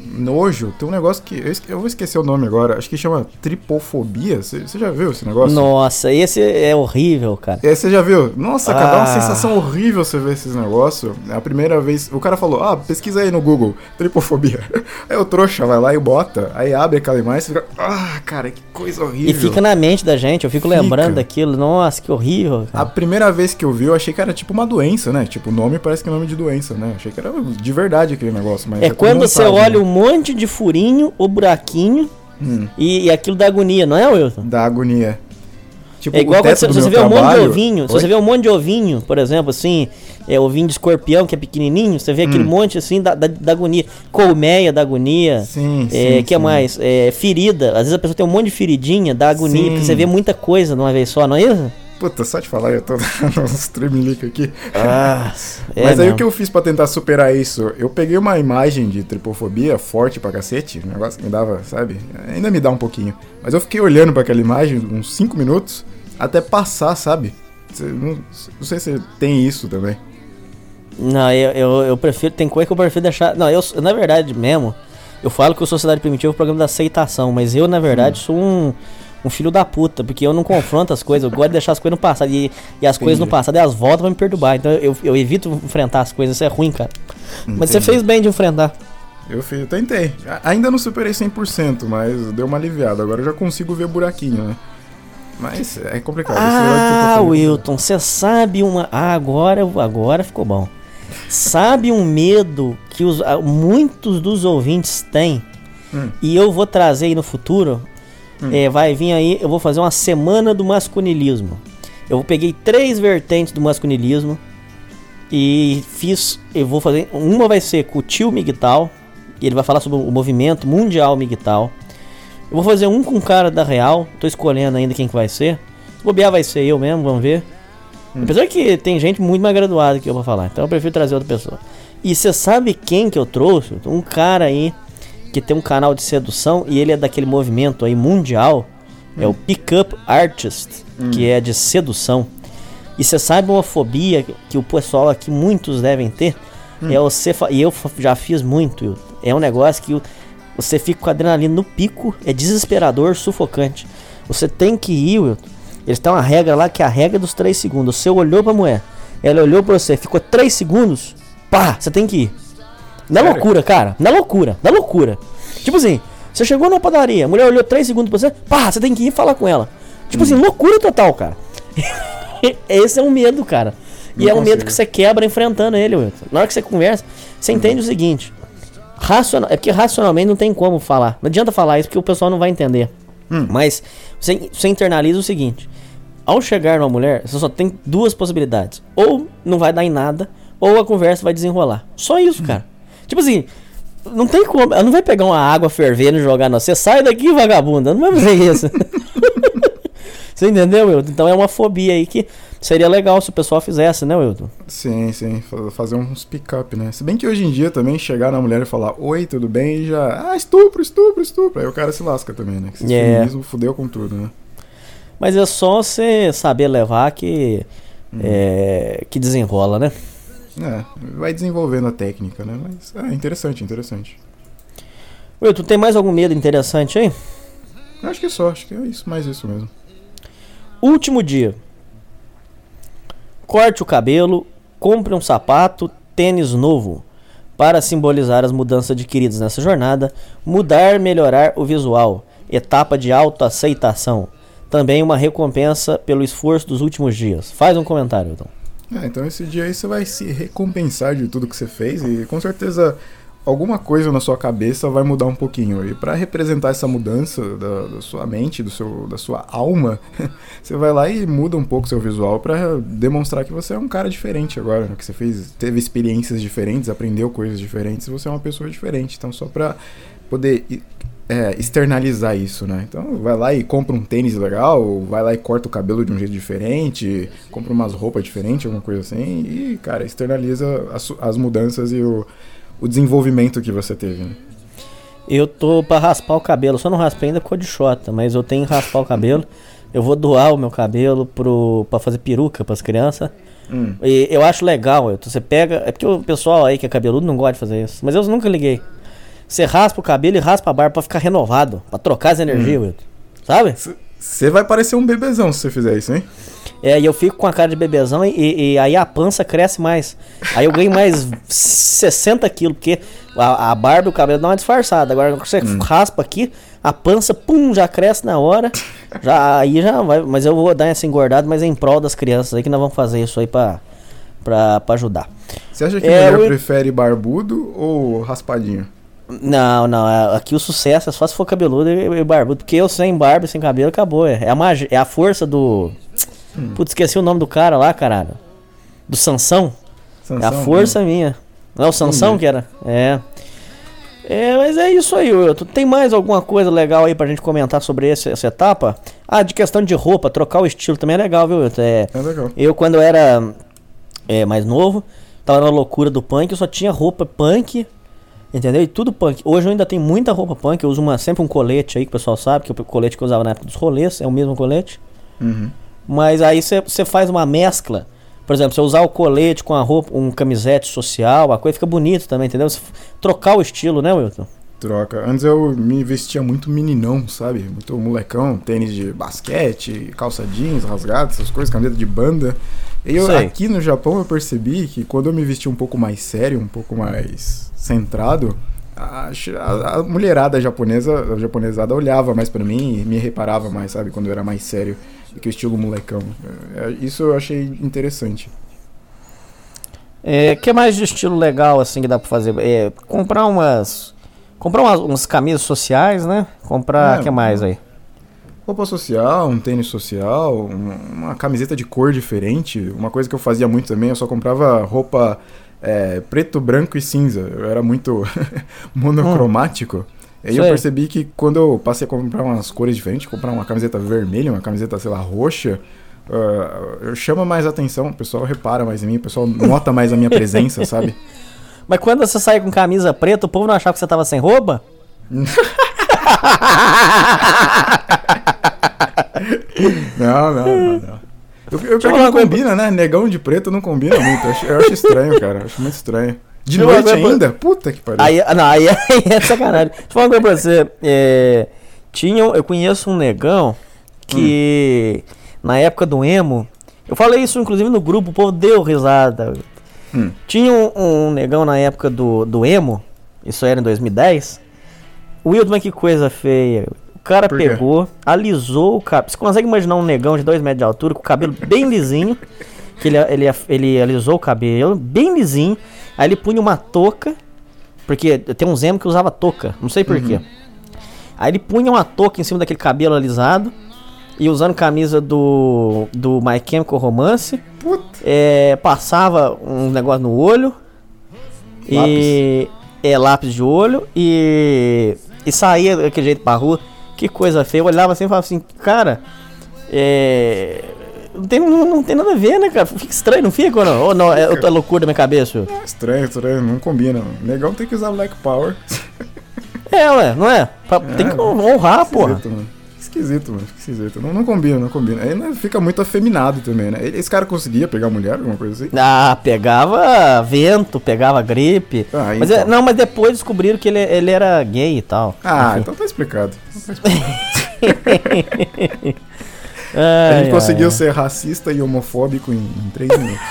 nojo. Tem um negócio que, eu, esque, eu vou esquecer o nome agora, acho que chama tripofobia. Você já viu esse negócio? Nossa, esse é horrível, cara. Você já viu? Nossa, ah. cara, dá uma sensação horrível você ver esses negócios. É a primeira vez, o cara falou: ah, pesquisa aí no Google, tripofobia. Aí o trouxa vai lá e bota, aí abre aquela imagem e fica: ah, cara, que coisa horrível. E fica na mente da gente, eu fico fica. lembrando daquilo. Nossa, que horrível, cara. A primeira vez que eu vi, eu achei que era tipo uma doença, né? Tipo, o nome parece que é nome de doença, né? Achei que era de verdade aquele negócio. Mas é, é quando você sabe, olha né? um monte de furinho ou buraquinho hum. e, e aquilo dá agonia, não é, Wilton? Dá agonia. Tipo, é igual quando você, você vê um monte de ovinho. Se você vê um monte de ovinho, por exemplo, assim, é ovinho de escorpião que é pequenininho, você vê hum. aquele monte assim da, da, da agonia. Colmeia da agonia. Sim, é, sim. que é mais? É, ferida. Às vezes a pessoa tem um monte de feridinha, dá agonia, sim. porque você vê muita coisa de uma vez só, não é isso? Puta, só te falar, eu tô dando uns tremelique aqui. Ah, é Mas aí mesmo. O que eu fiz pra tentar superar isso? Eu peguei uma imagem de tripofobia forte pra cacete, um negócio que me dava, sabe? Ainda me dá um pouquinho. Mas eu fiquei olhando pra aquela imagem uns cinco minutos até passar, sabe? Não, não sei se tem isso também. Não, eu, eu, eu prefiro, tem coisa que eu prefiro deixar... Não, eu, na verdade mesmo, Eu falo que o Sociedade Primitiva é o programa da aceitação, mas eu, na verdade, hum. sou um, um filho da puta, porque eu não confronto as coisas, eu gosto de deixar as coisas no passado, e, e as Entendi. coisas no passado, elas voltam pra me perturbar, então eu, eu evito enfrentar as coisas, isso é ruim, cara. Entendi. Mas você fez bem de enfrentar. Eu, fiz, eu tentei, ainda não superei cem por cento, mas deu uma aliviada, agora eu já consigo ver buraquinho, né? Mas é complicado. Ah, Wilton, você sabe uma... Ah, agora, agora ficou bom. Sabe um medo que os, muitos dos ouvintes têm, hum. e eu vou trazer aí no futuro, hum. é, vai vir aí, eu vou fazer uma semana do masculinismo. Eu peguei três vertentes do masculinismo e fiz, eu vou fazer, uma vai ser com o tio Migtal, e ele vai falar sobre o movimento mundial Migtal. Eu vou fazer um com o cara da Real, tô escolhendo ainda quem que vai ser. Se bobear vai ser eu mesmo, vamos ver. Hum. Apesar que tem gente muito mais graduada que eu vou falar, então eu prefiro trazer outra pessoa. E você sabe quem que eu trouxe? Um cara aí que tem um canal de sedução e ele é daquele movimento aí mundial, hum. é o Pickup Artist, hum. que é de sedução. E você sabe uma fobia que o pessoal aqui, muitos devem ter, hum. é você, e eu já fiz muito, é um negócio que você fica com a adrenalina no pico, é desesperador, sufocante. Você tem que ir, Wilton. Eles têm uma regra lá que é a regra dos três segundos. Você olhou pra mulher, ela olhou pra você, ficou três segundos, pá, você tem que ir. Na Sério? loucura, cara, na loucura, na loucura. Tipo assim, você chegou na padaria, a mulher olhou três segundos pra você, pá, você tem que ir falar com ela. Tipo hum. assim, loucura total, cara. Esse é um medo, cara. E Não é um consigo. medo que você quebra enfrentando ele, Wilton. Na hora que você conversa, você hum. entende o seguinte. Racional, é porque racionalmente não tem como falar. Não adianta falar isso porque o pessoal não vai entender. Hum. Mas você, você internaliza o seguinte. Ao chegar numa mulher, você só tem duas possibilidades. Ou não vai dar em nada, ou a conversa vai desenrolar. Só isso, hum. cara. Tipo assim, não tem como. Ela não vai pegar uma água fervendo e jogar na você. Sai daqui, vagabunda. Não vai fazer isso. Você entendeu, Wilton? Então é uma fobia aí que seria legal se o pessoal fizesse, né, Wilton? Sim, sim. Fazer uns pick-up, né? Se bem que hoje em dia também chegar na mulher e falar oi, tudo bem, e já... Ah, estupro, estupro, estupro. Aí o cara se lasca também, né? Que esse yeah. feminismo fudeu com tudo, né? Mas é só você saber levar que... Hum. É, que desenrola, né? É, vai desenvolvendo a técnica, né? Mas é interessante, interessante. Wilton, tem mais algum medo interessante aí? Acho que só, acho que é isso, mais isso mesmo. Último dia. Corte o cabelo, compre um sapato, tênis novo. Para simbolizar as mudanças adquiridas nessa jornada, mudar, melhorar o visual. Etapa de autoaceitação. Também uma recompensa pelo esforço dos últimos dias. Faz um comentário, então. É, então esse dia aí você vai se recompensar de tudo que você fez e com certeza alguma coisa na sua cabeça vai mudar um pouquinho. E para representar essa mudança da, da sua mente, do seu, da sua alma, você vai lá e muda um pouco o seu visual para demonstrar que você é um cara diferente agora, né? Que você fez, teve experiências diferentes, aprendeu coisas diferentes, você é uma pessoa diferente. Então só para poder é, externalizar isso, né? Então vai lá e compra um tênis legal, vai lá e corta o cabelo de um jeito diferente, compra umas roupas diferentes, alguma coisa assim, e cara, externaliza as, as mudanças e o o desenvolvimento que você teve, né? Eu tô pra raspar o cabelo, só não raspei ainda por causa de xota, mas eu tenho que raspar o cabelo. Eu vou doar o meu cabelo pro, pra fazer peruca pras crianças. Hum. E eu acho legal, você pega... É porque o pessoal aí que é cabeludo não gosta de fazer isso, mas eu nunca liguei. Você raspa o cabelo e raspa a barba pra ficar renovado, pra trocar as energias, hum. sabe? Você vai parecer um bebezão se você fizer isso, hein? É, e eu fico com a cara de bebezão e, e, e aí a pança cresce mais. Aí eu ganho mais sessenta quilos, porque a, a barba e o cabelo dão uma disfarçada. Agora você hum. raspa aqui, a pança, pum, já cresce na hora. Já, aí já vai, mas eu vou dar essa engordada, mas é em prol das crianças aí que nós vamos fazer isso aí pra, pra, pra ajudar. Você acha que a é, mulher eu... prefere barbudo ou raspadinho? Não, não, aqui o sucesso é só se for cabeludo e, e barbudo, porque eu sem barba e sem cabelo acabou, é, é, a, magia, é a força do... Hum. Putz, esqueci o nome do cara lá, caralho. Do Sansão. Sansão, é a força hum. minha. Não é o Sansão hum. que era? É. É, mas é isso aí, Wilton. Tem mais alguma coisa legal aí pra gente comentar sobre esse, essa etapa? Ah, de questão de roupa, trocar o estilo também é legal, viu, Wilton? É, é legal. Eu, quando eu era é, mais novo, tava na loucura do punk, eu só tinha roupa punk, entendeu? E tudo punk. Hoje eu ainda tenho muita roupa punk, eu uso uma, sempre um colete aí, que o pessoal sabe, que é o colete que eu usava na época dos rolês, é o mesmo colete. Uhum. Mas aí você faz uma mescla. Por exemplo, você usar o colete com a roupa, um camisete social, a coisa fica bonita também, entendeu? Você trocar o estilo, né, Wilton? Troca. Antes eu me vestia muito meninão, sabe? Muito molecão, tênis de basquete, calça jeans rasgada, essas coisas, camiseta de banda. E eu, aqui no Japão eu percebi que quando eu me vestia um pouco mais sério, um pouco mais centrado, a, a, a mulherada japonesa, a japonesada olhava mais pra mim e me reparava mais, sabe? Quando eu era mais sério do que o estilo molecão. Isso eu achei interessante. É, que mais de estilo legal assim que dá pra fazer? É, comprar umas... Comprar umas, umas camisas sociais, né? Comprar, o é, que mais aí? Roupa social, um tênis social, uma, uma camiseta de cor diferente. Uma coisa que eu fazia muito também, eu só comprava roupa é, preto, branco e cinza. Eu era muito monocromático. Hum. Aí eu percebi que quando eu passei a comprar umas cores diferentes, comprar uma camiseta vermelha, uma camiseta, sei lá, roxa, uh, eu chamo mais atenção, o pessoal repara mais em mim, o pessoal nota mais a minha presença, sabe? Mas quando você saía com camisa preta, o povo não achava que você tava sem roupa? Não, não, não, não. Eu, eu pior que não combina, né? Negão de preto não combina muito. Eu acho, eu acho estranho, cara. Eu acho muito estranho. De Deixa noite ainda? Pra... Puta que pariu. Aí, não, aí, aí é sacanagem. Deixa eu falar uma coisa pra você. É, tinha, eu conheço um negão que, hum. na época do emo, eu falei isso inclusive no grupo, o povo deu risada. Hum. Tinha um, um negão na época do, do emo, isso era em dois mil e dez. Wildman, que coisa feia. O cara pegou, alisou o cabelo. Você consegue imaginar um negão de dois metros de altura com o cabelo bem lisinho? Que ele, ele, ele alisou o cabelo, bem lisinho. Aí ele punha uma touca, porque tem uns emo que usava touca, não sei porquê. Uhum. Aí ele punha uma touca em cima daquele cabelo alisado. E usando camisa do, do My Chemical Romance. É, passava um negócio no olho. Lápis. E. É, lápis de olho. E. E saía daquele jeito pra rua. Que coisa feia. Eu olhava assim e falava assim, cara. É. Não tem, não, não tem nada a ver, né, cara? Fica estranho, não fica ou não? Ou não, é, é loucura da minha cabeça? É estranho, estranho, não combina. Negão tem que usar Black Power. É, ué, não é? Pra, é tem que honrar, porra. Mano. Esquisito, mano, esquisito. Não, não combina, não combina. Aí né, fica muito afeminado também, né? Esse cara conseguia pegar mulher, alguma coisa assim? Ah, pegava vento, pegava gripe. Ah, mas então. é, não, mas depois descobriram que ele, ele era gay e tal. Ah, enfim. Então tá explicado. Então tá explicado. ai, a gente ai, conseguiu ai. ser racista e homofóbico em, em três minutos.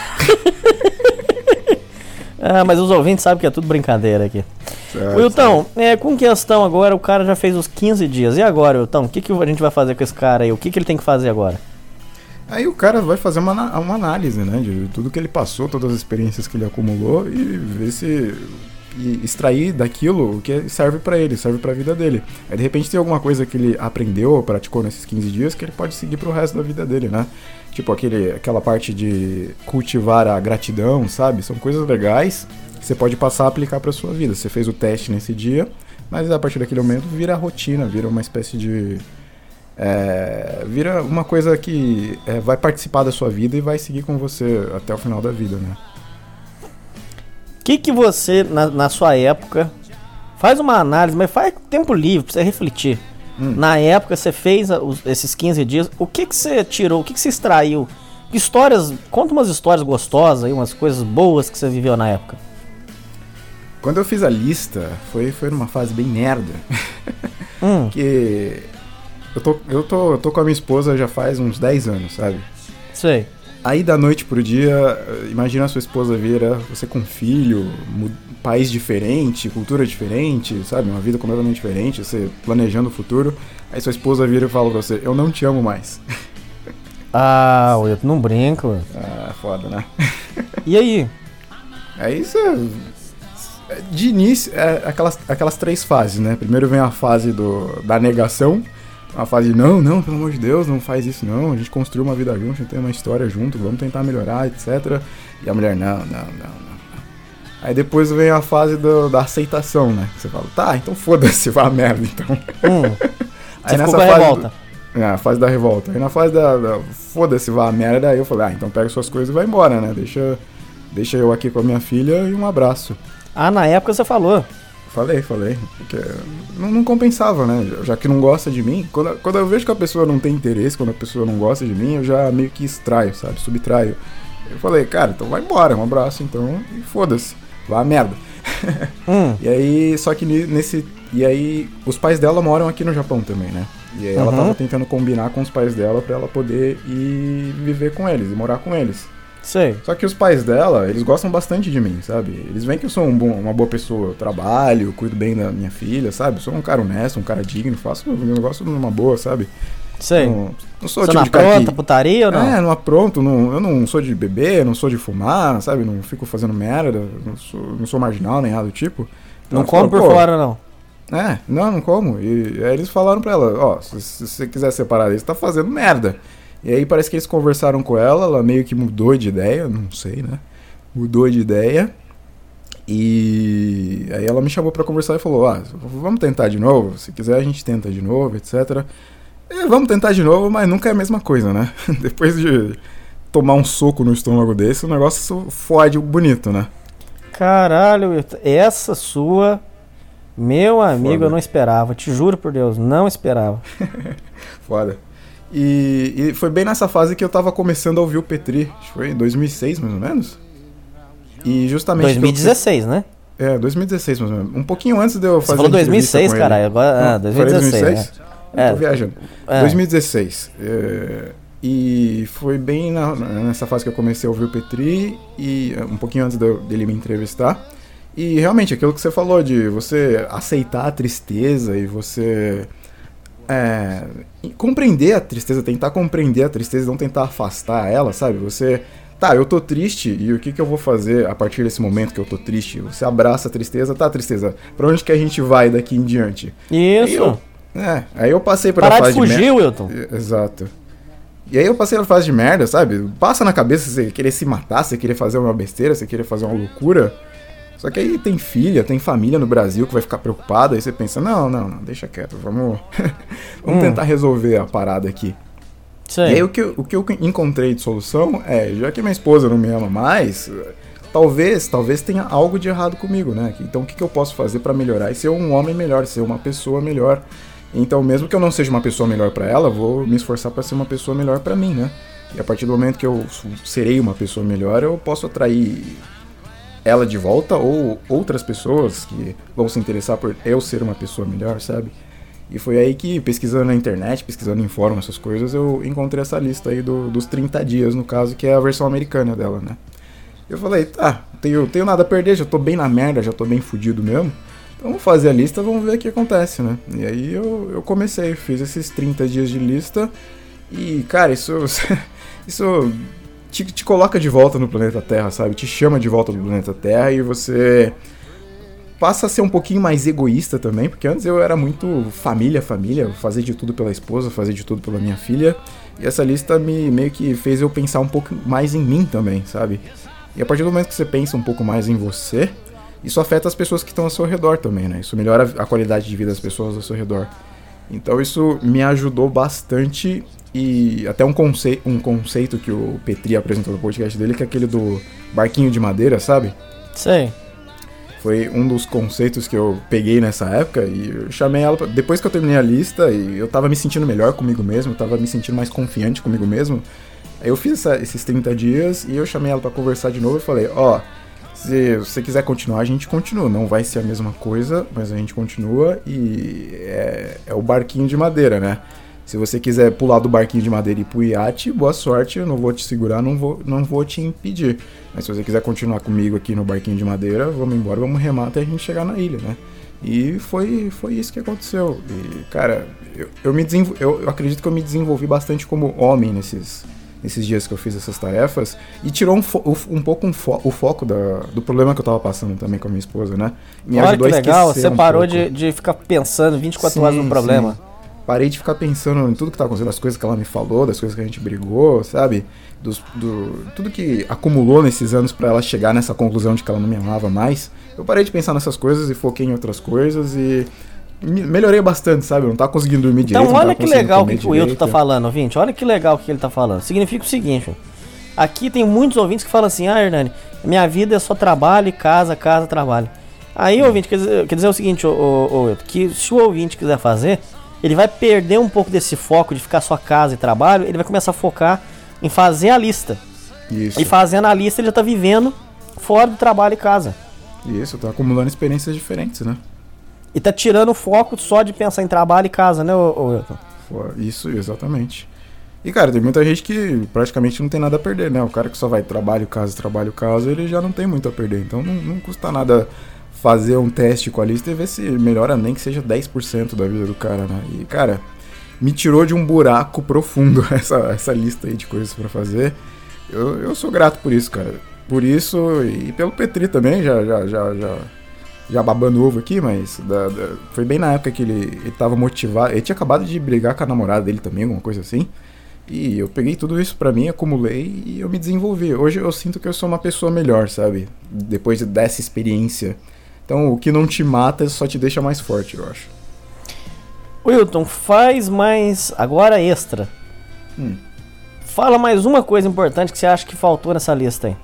Ah, mas os ouvintes sabem que é tudo brincadeira aqui. Certo, Wilton, é, com questão agora, o cara já fez os quinze dias. E agora, Wilton, o que, que a gente vai fazer com esse cara aí? O que, que ele tem que fazer agora? Aí o cara vai fazer uma, uma análise, né? De tudo que ele passou, todas as experiências que ele acumulou e ver se... E extrair daquilo o que serve pra ele, serve pra vida dele. Aí de repente tem alguma coisa que ele aprendeu ou praticou nesses quinze dias que ele pode seguir pro resto da vida dele, né? Tipo aquele, aquela parte de cultivar a gratidão, sabe? São coisas legais que você pode passar a aplicar pra sua vida. Você fez o teste nesse dia, mas a partir daquele momento vira rotina, vira uma espécie de... É, vira uma coisa que é, vai participar da sua vida e vai seguir com você até o final da vida, né? O que, que você, na, na sua época, faz uma análise, mas faz tempo livre pra você refletir. Hum. Na época, você fez os, esses quinze dias, o que, que você tirou, o que, que você extraiu? Histórias, conta umas histórias gostosas aí, umas coisas boas que você viveu na época. Quando eu fiz a lista, foi, foi numa fase bem merda. Hum. Que eu tô, eu, tô, eu tô com a minha esposa já faz uns dez anos, sabe? Sei. Aí da noite pro dia, imagina a sua esposa vir, você com filho, país diferente, cultura diferente, sabe? Uma vida completamente diferente, você planejando o futuro. Aí sua esposa vira e fala pra você, eu não te amo mais. Ah, eu não brinco. Ah, foda, né? E aí? Aí você... De início, é aquelas, aquelas três fases, né? Primeiro vem a fase do, da negação. Uma fase de, não, não, pelo amor de Deus, não faz isso não, a gente construiu uma vida junto, a gente tem uma história junto, vamos tentar melhorar, etcétera. E a mulher, não, não, não, não. Aí depois vem a fase do, da aceitação, né? Você fala, tá, então foda-se, vá a merda, então. Hum, aí nessa fase... revolta. Do, é, a fase da revolta. Aí na fase da, da foda-se, vá a merda, aí eu falei, ah, então pega suas coisas e vai embora, né? Deixa, deixa eu aqui com a minha filha e um abraço. Ah, na época você falou. Falei, falei. Porque não, não compensava, né? Já que não gosta de mim. Quando, quando eu vejo que a pessoa não tem interesse, quando a pessoa não gosta de mim, eu já meio que extraio, sabe? Subtraio. Eu falei, cara, então vai embora, um abraço então, e foda-se. Vá a merda. Hum. E aí, só que nesse E aí, os pais dela moram aqui no Japão também, né? E aí ela Uhum. tava tentando combinar com os pais dela pra ela poder ir viver com eles, e morar com eles. Sei. Só que os pais dela, eles gostam bastante de mim, sabe? Eles veem que eu sou um bom, uma boa pessoa, eu trabalho, cuido bem da minha filha, sabe? Sou um cara honesto, um cara digno, faço o negócio numa boa, sabe? Sei. Não, não sou o Você tipo não de cara apronta, que... putaria ou não? É, não apronto, não, eu não sou de beber, não sou de fumar, sabe? Não fico fazendo merda, não sou, não sou marginal nem nada do tipo. Então, não come por pô, fora, não. É, não, não como. E aí eles falaram pra ela, ó, se, se você quiser separar isso, tá fazendo merda. E aí parece que eles conversaram com ela, ela meio que mudou de ideia, não sei, né? Mudou de ideia. E aí ela me chamou pra conversar e falou, ah, vamos tentar de novo, se quiser a gente tenta de novo, etcétera. E vamos tentar de novo, mas nunca é a mesma coisa, né? Depois de tomar um soco no estômago desse, o negócio fode bonito, né? Caralho, Wilton, essa sua, meu amigo, Foda. eu não esperava. Te juro por Deus, não esperava. Foda. E, e foi bem nessa fase que eu tava começando a ouvir o Petri. Acho que foi em dois mil e seis, mais ou menos. E justamente... dois mil e dezesseis, né? É, dois mil e dezesseis, mais ou menos. Um pouquinho antes de eu fazer Você falou dois mil e entrevista seis, com ele. caralho. Agora, ah, Não, dois mil e dezesseis. falei dois mil e seis? É. Eu tô viajando. É. dois mil e dezesseis. É, e foi bem na- nessa fase que eu comecei a ouvir o Petri, e um pouquinho antes de eu- dele me entrevistar. E realmente, aquilo que você falou, de você aceitar a tristeza e você é, compreender a tristeza, tentar compreender a tristeza, não tentar afastar ela, sabe? Você, tá, eu tô triste, e o que que eu vou fazer a partir desse momento que eu tô triste? Você abraça a tristeza, tá, tristeza, pra onde que a gente vai daqui em diante? Aí Isso. eu, é, aí eu passei por a Parar fase de fugir, mer- Wilton. Exato. E aí eu passei a fase de merda, sabe? Passa na cabeça você querer se matar, você querer fazer uma besteira, você querer fazer uma loucura. Só que aí tem filha, tem família no Brasil que vai ficar preocupada, aí você pensa, não, não, não, deixa quieto, vamos, vamos Hum. tentar resolver a parada aqui. Sei. E aí o que, eu- o que eu encontrei de solução é, já que minha esposa não me ama mais, talvez, talvez tenha algo de errado comigo, né? Então o que, que eu posso fazer pra melhorar e ser um homem melhor, ser uma pessoa melhor. Então mesmo que eu não seja uma pessoa melhor pra ela, vou me esforçar pra ser uma pessoa melhor pra mim, né? E a partir do momento que eu serei uma pessoa melhor, eu posso atrair ela de volta ou outras pessoas que vão se interessar por eu ser uma pessoa melhor, sabe? E foi aí que, pesquisando na internet, pesquisando em fórum, essas coisas, eu encontrei essa lista aí do, dos trinta dias, no caso, que é a versão americana dela, né? Eu falei, tá, tenho, tenho nada a perder, já tô bem na merda, já tô bem fudido mesmo. Então vamos fazer a lista, vamos ver o que acontece, né? E aí eu, eu comecei, fiz esses trinta dias de lista e, cara, isso, isso te, te coloca de volta no planeta Terra, sabe? Te chama de volta do planeta Terra e você passa a ser um pouquinho mais egoísta também, porque antes eu era muito família, família, fazer de tudo pela esposa, fazer de tudo pela minha filha, e essa lista me meio que fez eu pensar um pouco mais em mim também, sabe? E a partir do momento que você pensa um pouco mais em você, isso afeta as pessoas que estão ao seu redor também, né? Isso melhora a qualidade de vida das pessoas ao seu redor. Então isso me ajudou bastante, e até um, conce- um conceito que o Petri apresentou no podcast dele, que é aquele do barquinho de madeira, sabe? Sei. Foi um dos conceitos que eu peguei nessa época e eu chamei ela pra... Depois que eu terminei a lista e eu tava me sentindo melhor comigo mesmo, eu tava me sentindo mais confiante comigo mesmo, aí eu fiz essa, esses trinta dias e eu chamei ela pra conversar de novo e falei, ó, oh, se você quiser continuar, a gente continua, não vai ser a mesma coisa, mas a gente continua e é, é o barquinho de madeira, né? Se você quiser pular do barquinho de madeira e ir pro iate, boa sorte, eu não vou te segurar, não vou, não vou te impedir. Mas se você quiser continuar comigo aqui no barquinho de madeira, vamos embora, vamos remar até a gente chegar na ilha, né? E foi, foi isso que aconteceu. E, cara, eu, eu, me desenvol... eu, eu acredito que eu me desenvolvi bastante como homem nesses, nesses dias que eu fiz essas tarefas. E tirou um, fo... um pouco um fo... o foco da... do problema que eu tava passando também com a minha esposa, né? Me Olha ajudou que a legal, esquecer você um parou pouco. de, de ficar pensando vinte e quatro Sim, horas no problema. sim. Parei de ficar pensando em tudo que tá acontecendo, das coisas que ela me falou, das coisas que a gente brigou, sabe? Dos, do, tudo que acumulou nesses anos pra ela chegar nessa conclusão de que ela não me amava mais. Eu parei de pensar nessas coisas e foquei em outras coisas e me- melhorei bastante, sabe? Eu não tava conseguindo dormir direito. Então não olha tava que conseguindo legal o comer que, que o Wilton direito. tá falando, ouvinte. Olha que legal o que ele tá falando. Significa o seguinte, aqui tem muitos ouvintes que falam assim, ah, Hernani, minha vida é só trabalho e casa, casa, trabalho. Aí o ouvinte quer dizer, quer dizer o seguinte, ô, ô, ô, Wilton, que se o ouvinte quiser fazer, ele vai perder um pouco desse foco de ficar só casa e trabalho, ele vai começar a focar em fazer a lista. Isso, E fazendo a lista ele já tá vivendo fora do trabalho e casa. isso, eu tô acumulando experiências diferentes, né? E tá tirando o foco só de pensar em trabalho e casa, né, ô, ô Wilton? Isso, exatamente. E, cara, tem muita gente que praticamente não tem nada a perder, né? O cara que só vai trabalho, casa, trabalho, casa, ele já não tem muito a perder. Então não, não custa nada fazer um teste com a lista e ver se melhora nem que seja dez por cento da vida do cara, né? E, cara, me tirou de um buraco profundo essa, essa lista aí de coisas pra fazer. Eu, eu sou grato por isso, cara. Por isso, e pelo Petri também, já, já, já, já, já babando ovo aqui, mas da, da, foi bem na época que ele, ele tava motivado. Ele tinha acabado de brigar com a namorada dele também, alguma coisa assim. E eu peguei tudo isso pra mim, acumulei e eu me desenvolvi. Hoje eu sinto que eu sou uma pessoa melhor, sabe? Depois dessa experiência. Então o que não te mata só te deixa mais forte, eu acho. Wilton, faz mais... Agora extra. Hum. Fala mais uma coisa importante que você acha que faltou nessa lista aí.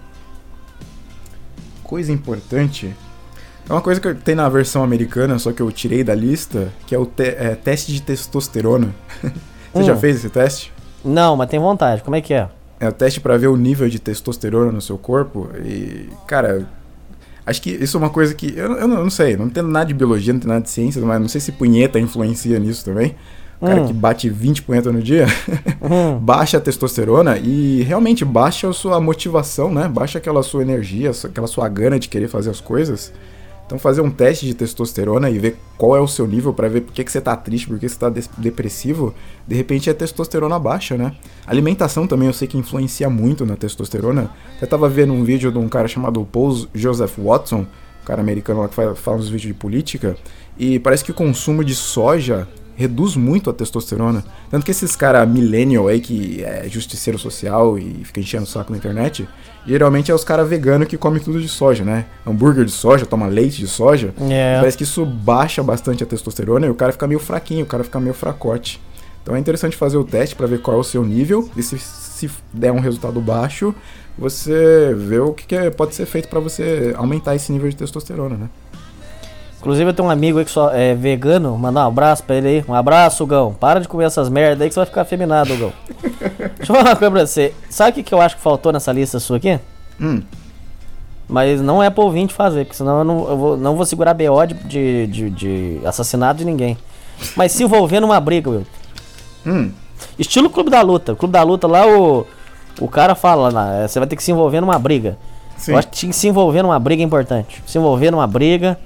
Coisa importante... É uma coisa que tem na versão americana, só que eu tirei da lista, que é o te- é, teste de testosterona. Você hum. já fez esse teste? Não, mas tem vontade. Como é que é? É o teste pra ver o nível de testosterona no seu corpo. E, cara, acho que isso é uma coisa que... Eu, eu, não, eu não sei, não entendo nada de biologia, não entendo nada de ciência, mas não sei se punheta influencia nisso também. O cara hum. que bate vinte punhetas no dia, hum. baixa a testosterona e realmente baixa a sua motivação, né? Baixa aquela sua energia, aquela sua gana de querer fazer as coisas. Então fazer um teste de testosterona e ver qual é o seu nível pra ver por que, que você tá triste, por que você tá des- depressivo, de repente é testosterona baixa, né? Alimentação também eu sei que influencia muito na testosterona. Eu tava vendo um vídeo de um cara chamado Paul Joseph Watson, um cara americano lá que faz, faz uns vídeos de política, e parece que o consumo de soja reduz muito a testosterona. Tanto que esses caras millennial aí, que é justiceiro social e fica enchendo o saco na internet, geralmente é os caras veganos que comem tudo de soja, né? Hambúrguer de soja, toma leite de soja. Yeah. Parece que isso baixa bastante a testosterona e o cara fica meio fraquinho, o cara fica meio fracote. Então é interessante fazer o teste pra ver qual é o seu nível e se, se der um resultado baixo, você vê o que, que é, pode ser feito pra você aumentar esse nível de testosterona, né? Inclusive eu tenho um amigo aí que só é vegano, mandar um abraço pra ele aí. Um abraço, Gão. Para de comer essas merdas aí que você vai ficar afeminado, Gão. Deixa eu falar uma coisa pra você. Sabe o que, que eu acho que faltou nessa lista sua aqui? Hum. Mas não é pro ouvinte fazer, porque senão eu não, eu vou, não vou segurar B O de, de, de, de assassinato de ninguém. Mas se envolver numa briga, Will. Hum. Estilo Clube da Luta. O Clube da Luta lá, o, o cara fala, né, você vai ter que se envolver numa briga. Sim. Eu acho que tinha que se envolver numa briga é importante. Se envolver numa briga...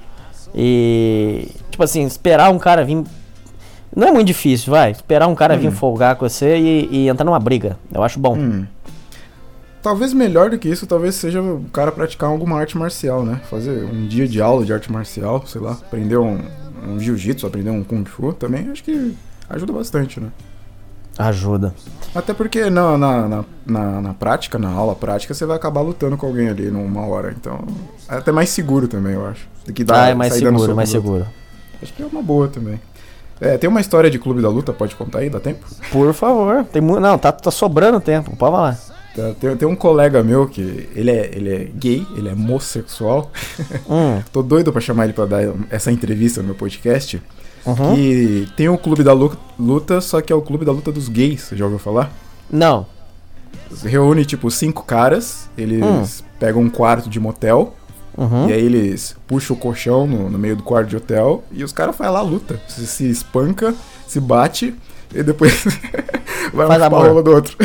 E, tipo assim, esperar um cara vir. Não é muito difícil, vai. Esperar um cara hum. vir folgar com você e, e entrar numa briga. Eu acho bom. Hum. Talvez melhor do que isso, talvez seja o cara praticar alguma arte marcial, né? Fazer um dia de aula de arte marcial, sei lá. Aprender um, um jiu-jitsu, aprender um kung fu também. Acho que ajuda bastante, né? Ajuda. Até porque na, na, na, na, na prática, na aula prática, você vai acabar lutando com alguém ali numa hora. Então, é até mais seguro também, eu acho. Do que dar, ah, é mais seguro, mais seguro. Acho que é uma boa também. É, tem uma história de Clube da Luta, pode contar aí? Dá tempo? Por favor. Tem mu- Não, tá, tá sobrando tempo, pode falar. Tá, tem, tem um colega meu que ele é, ele é gay, ele é homossexual. Hum. Tô doido pra chamar ele pra dar essa entrevista no meu podcast. Uhum. Que tem o Clube da Luta, só que é o Clube da Luta dos gays, você já ouviu falar? Não. Reúne, tipo, cinco caras, eles hum. pegam um quarto de motel, uhum. e aí eles puxam o colchão no, no meio do quarto de hotel, e os caras fazem lá a luta. Se, se espanca, se bate, e depois vai Faz um pau do outro.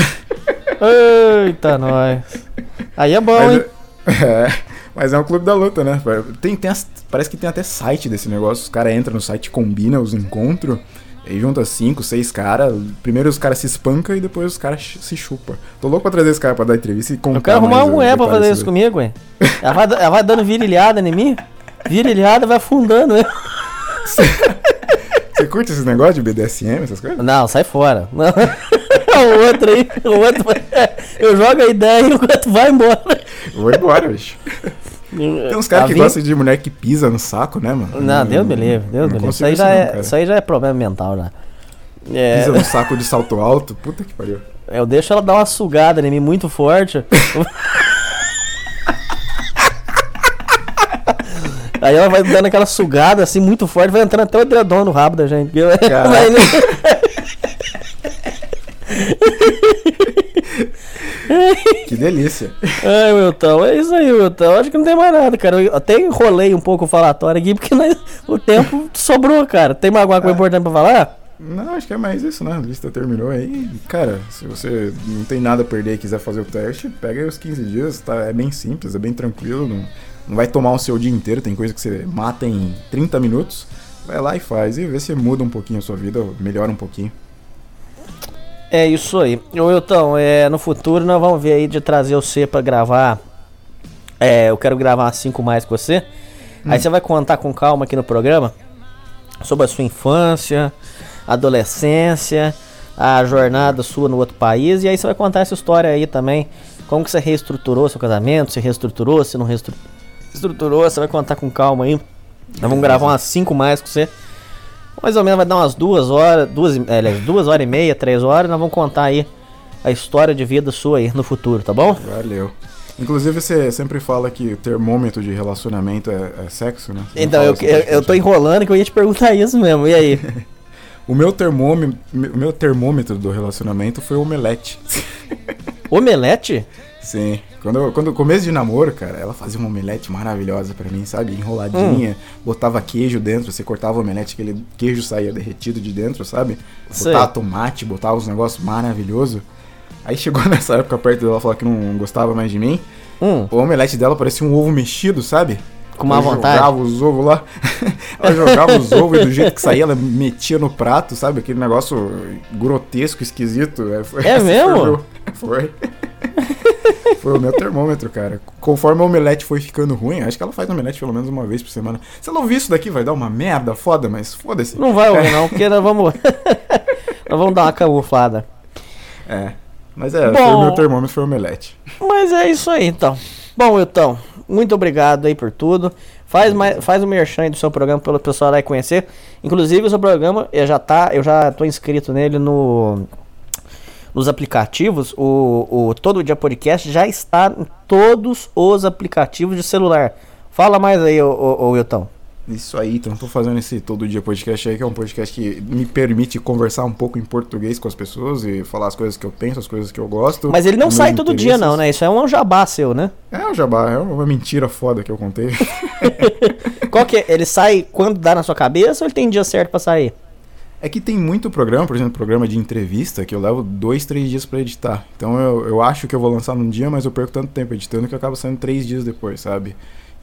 Eita, nós. Aí é bom, mas, hein? É, mas é um Clube da Luta, né? Tem, tem as, parece que tem até site desse negócio. Os caras entram no site, combinam os encontros, e junta cinco, seis caras. Primeiro os caras se espancam e depois os caras se chupam. Tô louco pra trazer esse cara pra dar entrevista e contar. Eu quero arrumar uma mulher pra fazer isso comigo, ué. Ela vai, ela vai dando virilhada em mim, virilhada vai afundando, né? Você curte esses negócios de B D S M, essas coisas? Não, sai fora. Não. O outro aí, o outro vai, eu jogo a ideia e o outro vai embora. Vou embora, bicho. Tem uns caras que gostam de mulher que pisa no saco, né, mano? Não, não Deus me livre, Deus me livre. Isso aí, já é, isso aí já é problema mental, né? É... Pisa no saco de salto alto, puta que pariu. Eu deixo ela dar uma sugada em mim muito forte. Aí ela vai dando aquela sugada assim muito forte, vai entrando até o dedão no rabo da gente. Que delícia. Ai, Wilton, é isso aí, Wilton. Acho que não tem mais nada, cara. Eu até enrolei um pouco o falatório aqui, porque nós, o tempo sobrou, cara. Tem mais alguma coisa ah. importante pra falar? Não, acho que é mais isso, né? A lista terminou aí. Cara, se você não tem nada a perder e quiser fazer o teste, pega aí os quinze dias, tá? É bem simples, é bem tranquilo. Não, não vai tomar o seu dia inteiro, tem coisa que você mata em trinta minutos. Vai lá e faz e vê se muda um pouquinho a sua vida, melhora um pouquinho. É isso aí. Wilton, é, no futuro nós vamos ver aí de trazer você pra gravar. É, eu quero gravar cinco mais com você. Hum. Aí você vai contar com calma aqui no programa sobre a sua infância, adolescência, a jornada sua no outro país. E aí você vai contar essa história aí também. Como que você reestruturou seu casamento, se reestruturou, se não reestruturou. Você vai contar com calma aí. Nós vamos gravar umas cinco mais com você. Mais ou menos vai dar umas duas horas, duas, é, duas horas e meia, três horas. Nós vamos contar aí a história de vida sua aí no futuro, tá bom? Valeu. Inclusive você sempre fala que o termômetro de relacionamento é, é sexo, né? Você então, eu, eu, eu tô enrolando que eu ia te perguntar isso mesmo, e aí? O meu termômetro, o meu termômetro do relacionamento foi o omelete. Omelete? Sim. Quando eu, quando eu começo de namoro, cara, ela fazia uma omelete maravilhosa pra mim, sabe? Enroladinha, hum. botava queijo dentro, você cortava o omelete, aquele queijo saía derretido de dentro, sabe? Sei. Botava tomate, botava uns negócios maravilhosos. Aí chegou nessa época perto dela falar que não gostava mais de mim. Hum. O omelete dela parecia um ovo mexido, sabe? Com má vontade. Ela jogava os ovos lá. Ela jogava os ovos e do jeito que saía, ela metia no prato, sabe? Aquele negócio grotesco, esquisito. Foi, é mesmo? Foi. Foi o meu termômetro, cara. Conforme o omelete foi ficando ruim, acho que ela faz omelete pelo menos uma vez por semana. Se ela ouvir isso daqui, vai dar uma merda foda, mas foda-se. Não vai ouvir não, porque nós vamos... nós vamos dar uma camuflada. É. Mas é, Bom, foi o meu termômetro, foi o omelete. Mas é isso aí, então. Bom, Wilton, muito obrigado aí por tudo. Faz, mais, faz o merchan aí do seu programa para o pessoal lá conhecer. Inclusive, o seu programa, eu já, tá, eu já tô inscrito nele no, nos aplicativos. O, o Todo Dia Podcast já está em todos os aplicativos de celular. Fala mais aí, ô, ô, ô Wilton. Isso aí, então tô fazendo esse Todo Dia Podcast aí, que é um podcast que me permite conversar um pouco em português com as pessoas e falar as coisas que eu penso, as coisas que eu gosto. Mas ele não sai todo dia não, né? Isso é um jabá seu, né? É um jabá, é uma mentira foda que eu contei. Qual que é? Ele sai quando dá na sua cabeça ou ele tem dia certo pra sair? É que tem muito programa, por exemplo, programa de entrevista, que eu levo dois, três dias pra editar. Então eu, eu acho que eu vou lançar num dia, mas eu perco tanto tempo editando que eu acabo saindo três dias depois, sabe?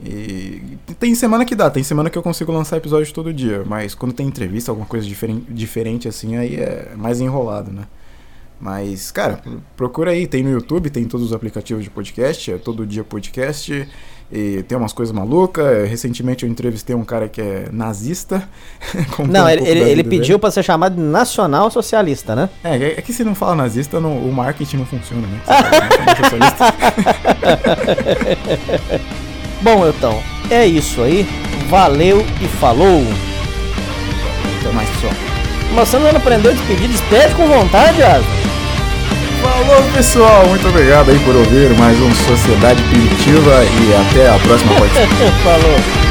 E tem semana que dá, tem semana que eu consigo lançar episódio todo dia, mas quando tem entrevista, alguma coisa diferente, diferente assim, aí é mais enrolado, né? Mas, cara, procura aí, tem no YouTube, tem todos os aplicativos de podcast, é Todo Dia Podcast, e tem umas coisas malucas. Recentemente eu entrevistei um cara que é nazista. Não, um ele, ele, ele pediu dele. Pra ser chamado de nacional socialista, né? É, é que se não fala nazista, não, o marketing não funciona, né? Você socialista. Bom, então, é isso aí. Valeu e falou. Até mais, pessoal. Mas você não aprendeu a despedir? Despede com vontade, Asa. Falou, pessoal. Muito obrigado aí por ouvir mais um Sociedade Primitiva e até a próxima partida. Falou.